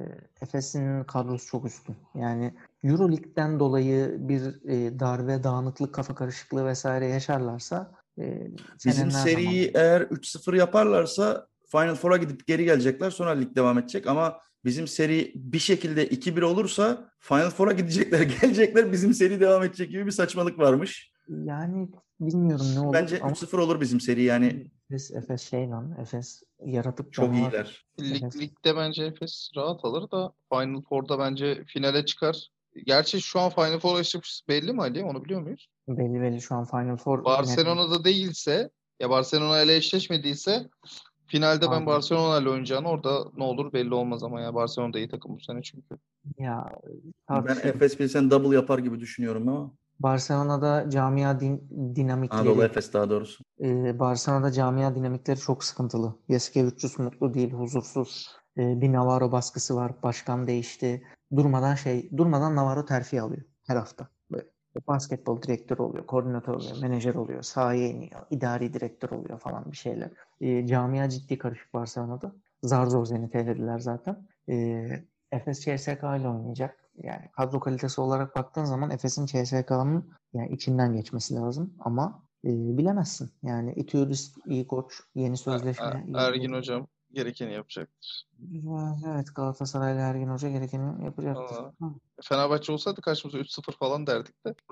Efes'in kadrosu çok üstün. Yani Euroleague'den dolayı bir e, darbe, dağınıklık, kafa karışıklığı vesaire yaşarlarsa e, Bizim senenin her zaman seriyi eğer üç sıfır yaparlarsa Final Four'a gidip geri gelecekler. Sonra lig devam edecek ama bizim seri bir şekilde iki bir olursa Final Four'a gidecekler, gelecekler. Bizim seri devam edecek gibi bir saçmalık varmış. yani bilmiyorum ne olur Bence ama üç sıfır olur bizim seri yani. Efes, Efes şey lan. Efes yaratık Çok canavar. iyiler. Lig, Efes. ligde bence Efes rahat alır da Final Four'da bence finale çıkar. Gerçi şu an Final Four'a eşleşmiş belli mi Ali? Onu biliyor muyuz? Belli belli şu an Final Four net Barcelona'da değilse ya Barcelona ile eşleşmediyse finalde ben abi. Barcelona ile oynayacağını orada ne olur belli olmaz ama ya Barcelona da iyi takım bu sene çünkü. Ya Ben tartışırım. Efes bilsen double yapar gibi düşünüyorum ama. Barcelona'da camia din- Anadolu dinamikleri Efes daha doğrusu. e, Barcelona'da camia dinamikleri çok sıkıntılı. Yasikevicius mutlu değil, huzursuz. E, bir Navarro baskısı var. Başkan değişti. Durmadan şey, durmadan Navarro terfi alıyor her hafta. Böyle. Basketbol direktörü oluyor, koordinatör oluyor, menajer oluyor, sahaya iniyor, idari direktör oluyor falan bir şeyler. E, camia ciddi karışık Barcelona'da. Zar zor Zenit'i elediler zaten. E, Efes C S K ile oynayacak. Yani kadro kalitesi olarak baktığın zaman Efes'in C S K'nın yani içinden geçmesi lazım ama e, bilemezsin. Yani Itiudis iyi koç, yeni Er- Er- sözleşme, yeni Ergin hoca. hocam gerekeni yapacaktır. Evet Galatasaraylı Ergin Hoca gerekeni yapacaktır. Ama Hı. Fenerbahçe olsaydı karşımıza üç sıfır falan derdik de.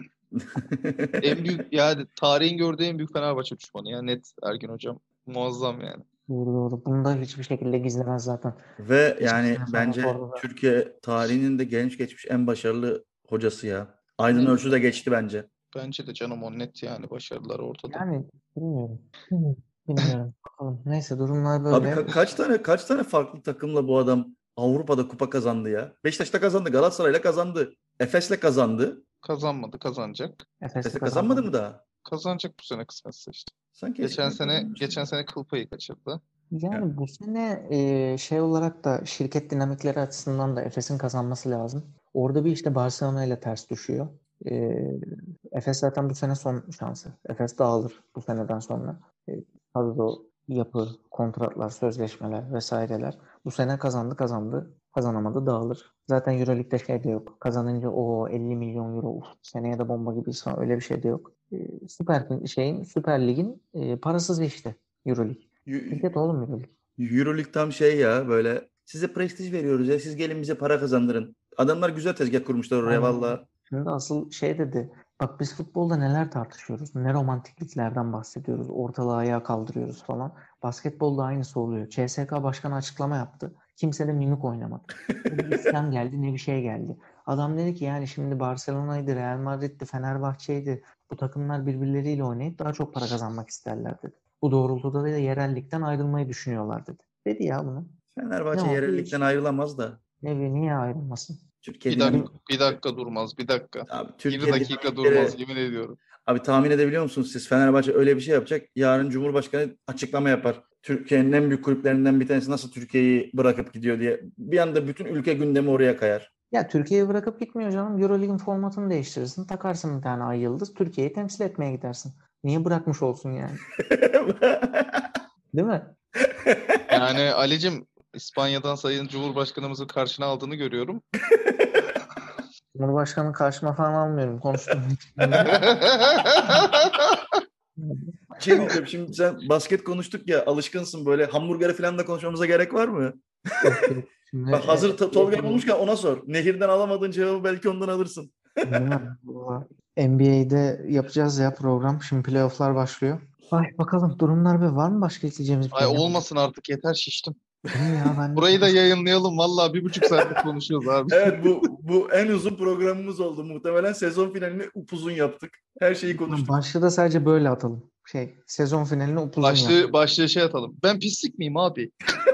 En büyük yani tarihin gördüğü en büyük Fenerbahçe düşmanı ya net Ergin hocam. Muazzam yani. Doğru doğru. Bunu da hiçbir şekilde gizlemez zaten. Ve Geçen yani sene Final bence Four'da da. Türkiye tarihinin de gelmiş geçmiş en başarılı hocası ya. Aydın Net. Ölçü de geçti bence. Bence de canım o net yani başarılar ortada. Yani bilmiyorum. Hı. Bilmiyorum. Bakalım. Neyse durumlar Abi böyle. ka- kaç tane kaç tane farklı takımla bu adam Avrupa'da kupa kazandı ya. Beşiktaş'ta kazandı, Galatasaray'la kazandı, Efes'le kazandı. Kazanmadı kazanacak. Efes'te Efes'le kazanmadı kazanmadı. mı daha? Kazanacak bu sene kısmetse işte. Sanki Geçen eskiden sene kazanmıştı. geçen sene kıl payı kaçırdı. Ya. Yani bu sene e, şey olarak da şirket dinamikleri açısından da Efes'in kazanması lazım. Orada bir işte Barcelona ile ters düşüyor. E, Efes zaten bu sene son şansı. Efes dağılır bu seneden sonra. E, kadro yapı, kontratlar, sözleşmeler vesaireler. Bu sene kazandı kazandı. Kazanamadı dağılır. Zaten Euroleague'de şey de yok. Kazanınca o elli milyon euro uf, seneye de bomba gibi öyle bir şey de yok. E, Süper şeyin Süper Lig'in e, parasız işte Euroleague. Eu- Şirket oğlum Euroleague. Euroleague tam şey ya böyle size prestij veriyoruz ya siz gelin bize para kazandırın. Adamlar güzel tezgah kurmuşlar oraya Aynen öyle. valla. Şimdi asıl şey dedi. Bak biz futbolda neler tartışıyoruz. Ne romantikliklerden bahsediyoruz. Ortalığı ayağa kaldırıyoruz falan. Basketbolda aynısı oluyor. C S K başkanı açıklama yaptı. Kimse de mimik oynamadı. Ne bir isyan geldi ne bir şey geldi. Adam dedi ki yani şimdi Barcelona'ydı, Real Madrid'di, Fenerbahçe'ydi. Bu takımlar birbirleriyle oynayıp daha çok para kazanmak isterler dedi. Bu doğrultuda da yerellikten ayrılmayı düşünüyorlar dedi. Dedi ya bunu. Ne Fenerbahçe oldu? yerellikten İş. ayrılamaz da. Ne, niye ayrılmasın? Türkiye Bir dakika, dinamik bir dakika durmaz, bir dakika. abi Bir Türkiye dakika durmaz, dinamikleri yemin ediyorum. abi tahmin edebiliyor musunuz siz Fenerbahçe öyle bir şey yapacak. Yarın Cumhurbaşkanı açıklama yapar. Türkiye'nin en büyük kulüplerinden bir tanesi nasıl Türkiye'yi bırakıp gidiyor diye. Bir anda bütün ülke gündemi oraya kayar. Ya Türkiye'yi bırakıp gitmiyor canım. Euroleague'in formatını değiştirirsin. Takarsın bir tane ay yıldız. Türkiye'yi temsil etmeye gidersin. Niye bırakmış olsun yani? Değil mi? Yani Ali'cim İspanya'dan Sayın Cumhurbaşkanımızın karşına aldığını görüyorum. Cumhurbaşkanı karşıma falan almıyorum. Konuştum. şey diyeceğim, şimdi sen basket konuştuk ya, alışkınsın böyle, hamburgeri falan da konuşmamıza gerek var mı? Yok, yok. Şimdi Bak hazır e, to- Tolga bulmuşken ona sor. Nehir'den alamadığın cevabı belki ondan alırsın. değil mi? Valla. N B A'de yapacağız ya program. Şimdi playoff'lar başlıyor. Ay bakalım durumlar bir var mı başka ekleyeceğimiz bir Ay şey? olmasın artık, yeter, şiştim. Değil mi ya? Ben de Burayı da çok- yayınlayalım. Vallahi bir buçuk saattir konuşuyoruz abi. Evet, bu bu en uzun programımız oldu. Muhtemelen sezon finalini upuzun yaptık. Her şeyi konuştuk. Başlığı da sadece böyle atalım. Şey, sezon finalini upuzun Başlığı, yapalım. başlığı şey atalım. Ben pislik miyim abi?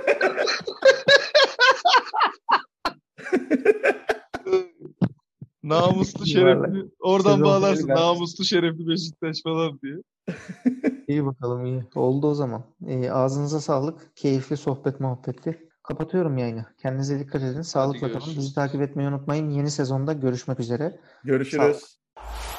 Namuslu şerefli. Oradan Sezon bağlarsın. finali ben- Namuslu şerefli Beşiktaş falan diye. İyi bakalım iyi. Oldu o zaman. Ee, ağzınıza sağlık. Keyifli sohbet muhabbetti. Kapatıyorum yayını. Kendinize dikkat edin. Sağlıkla kalın. görüşürüz. Bizi takip etmeyi unutmayın. Yeni sezonda görüşmek üzere. Görüşürüz.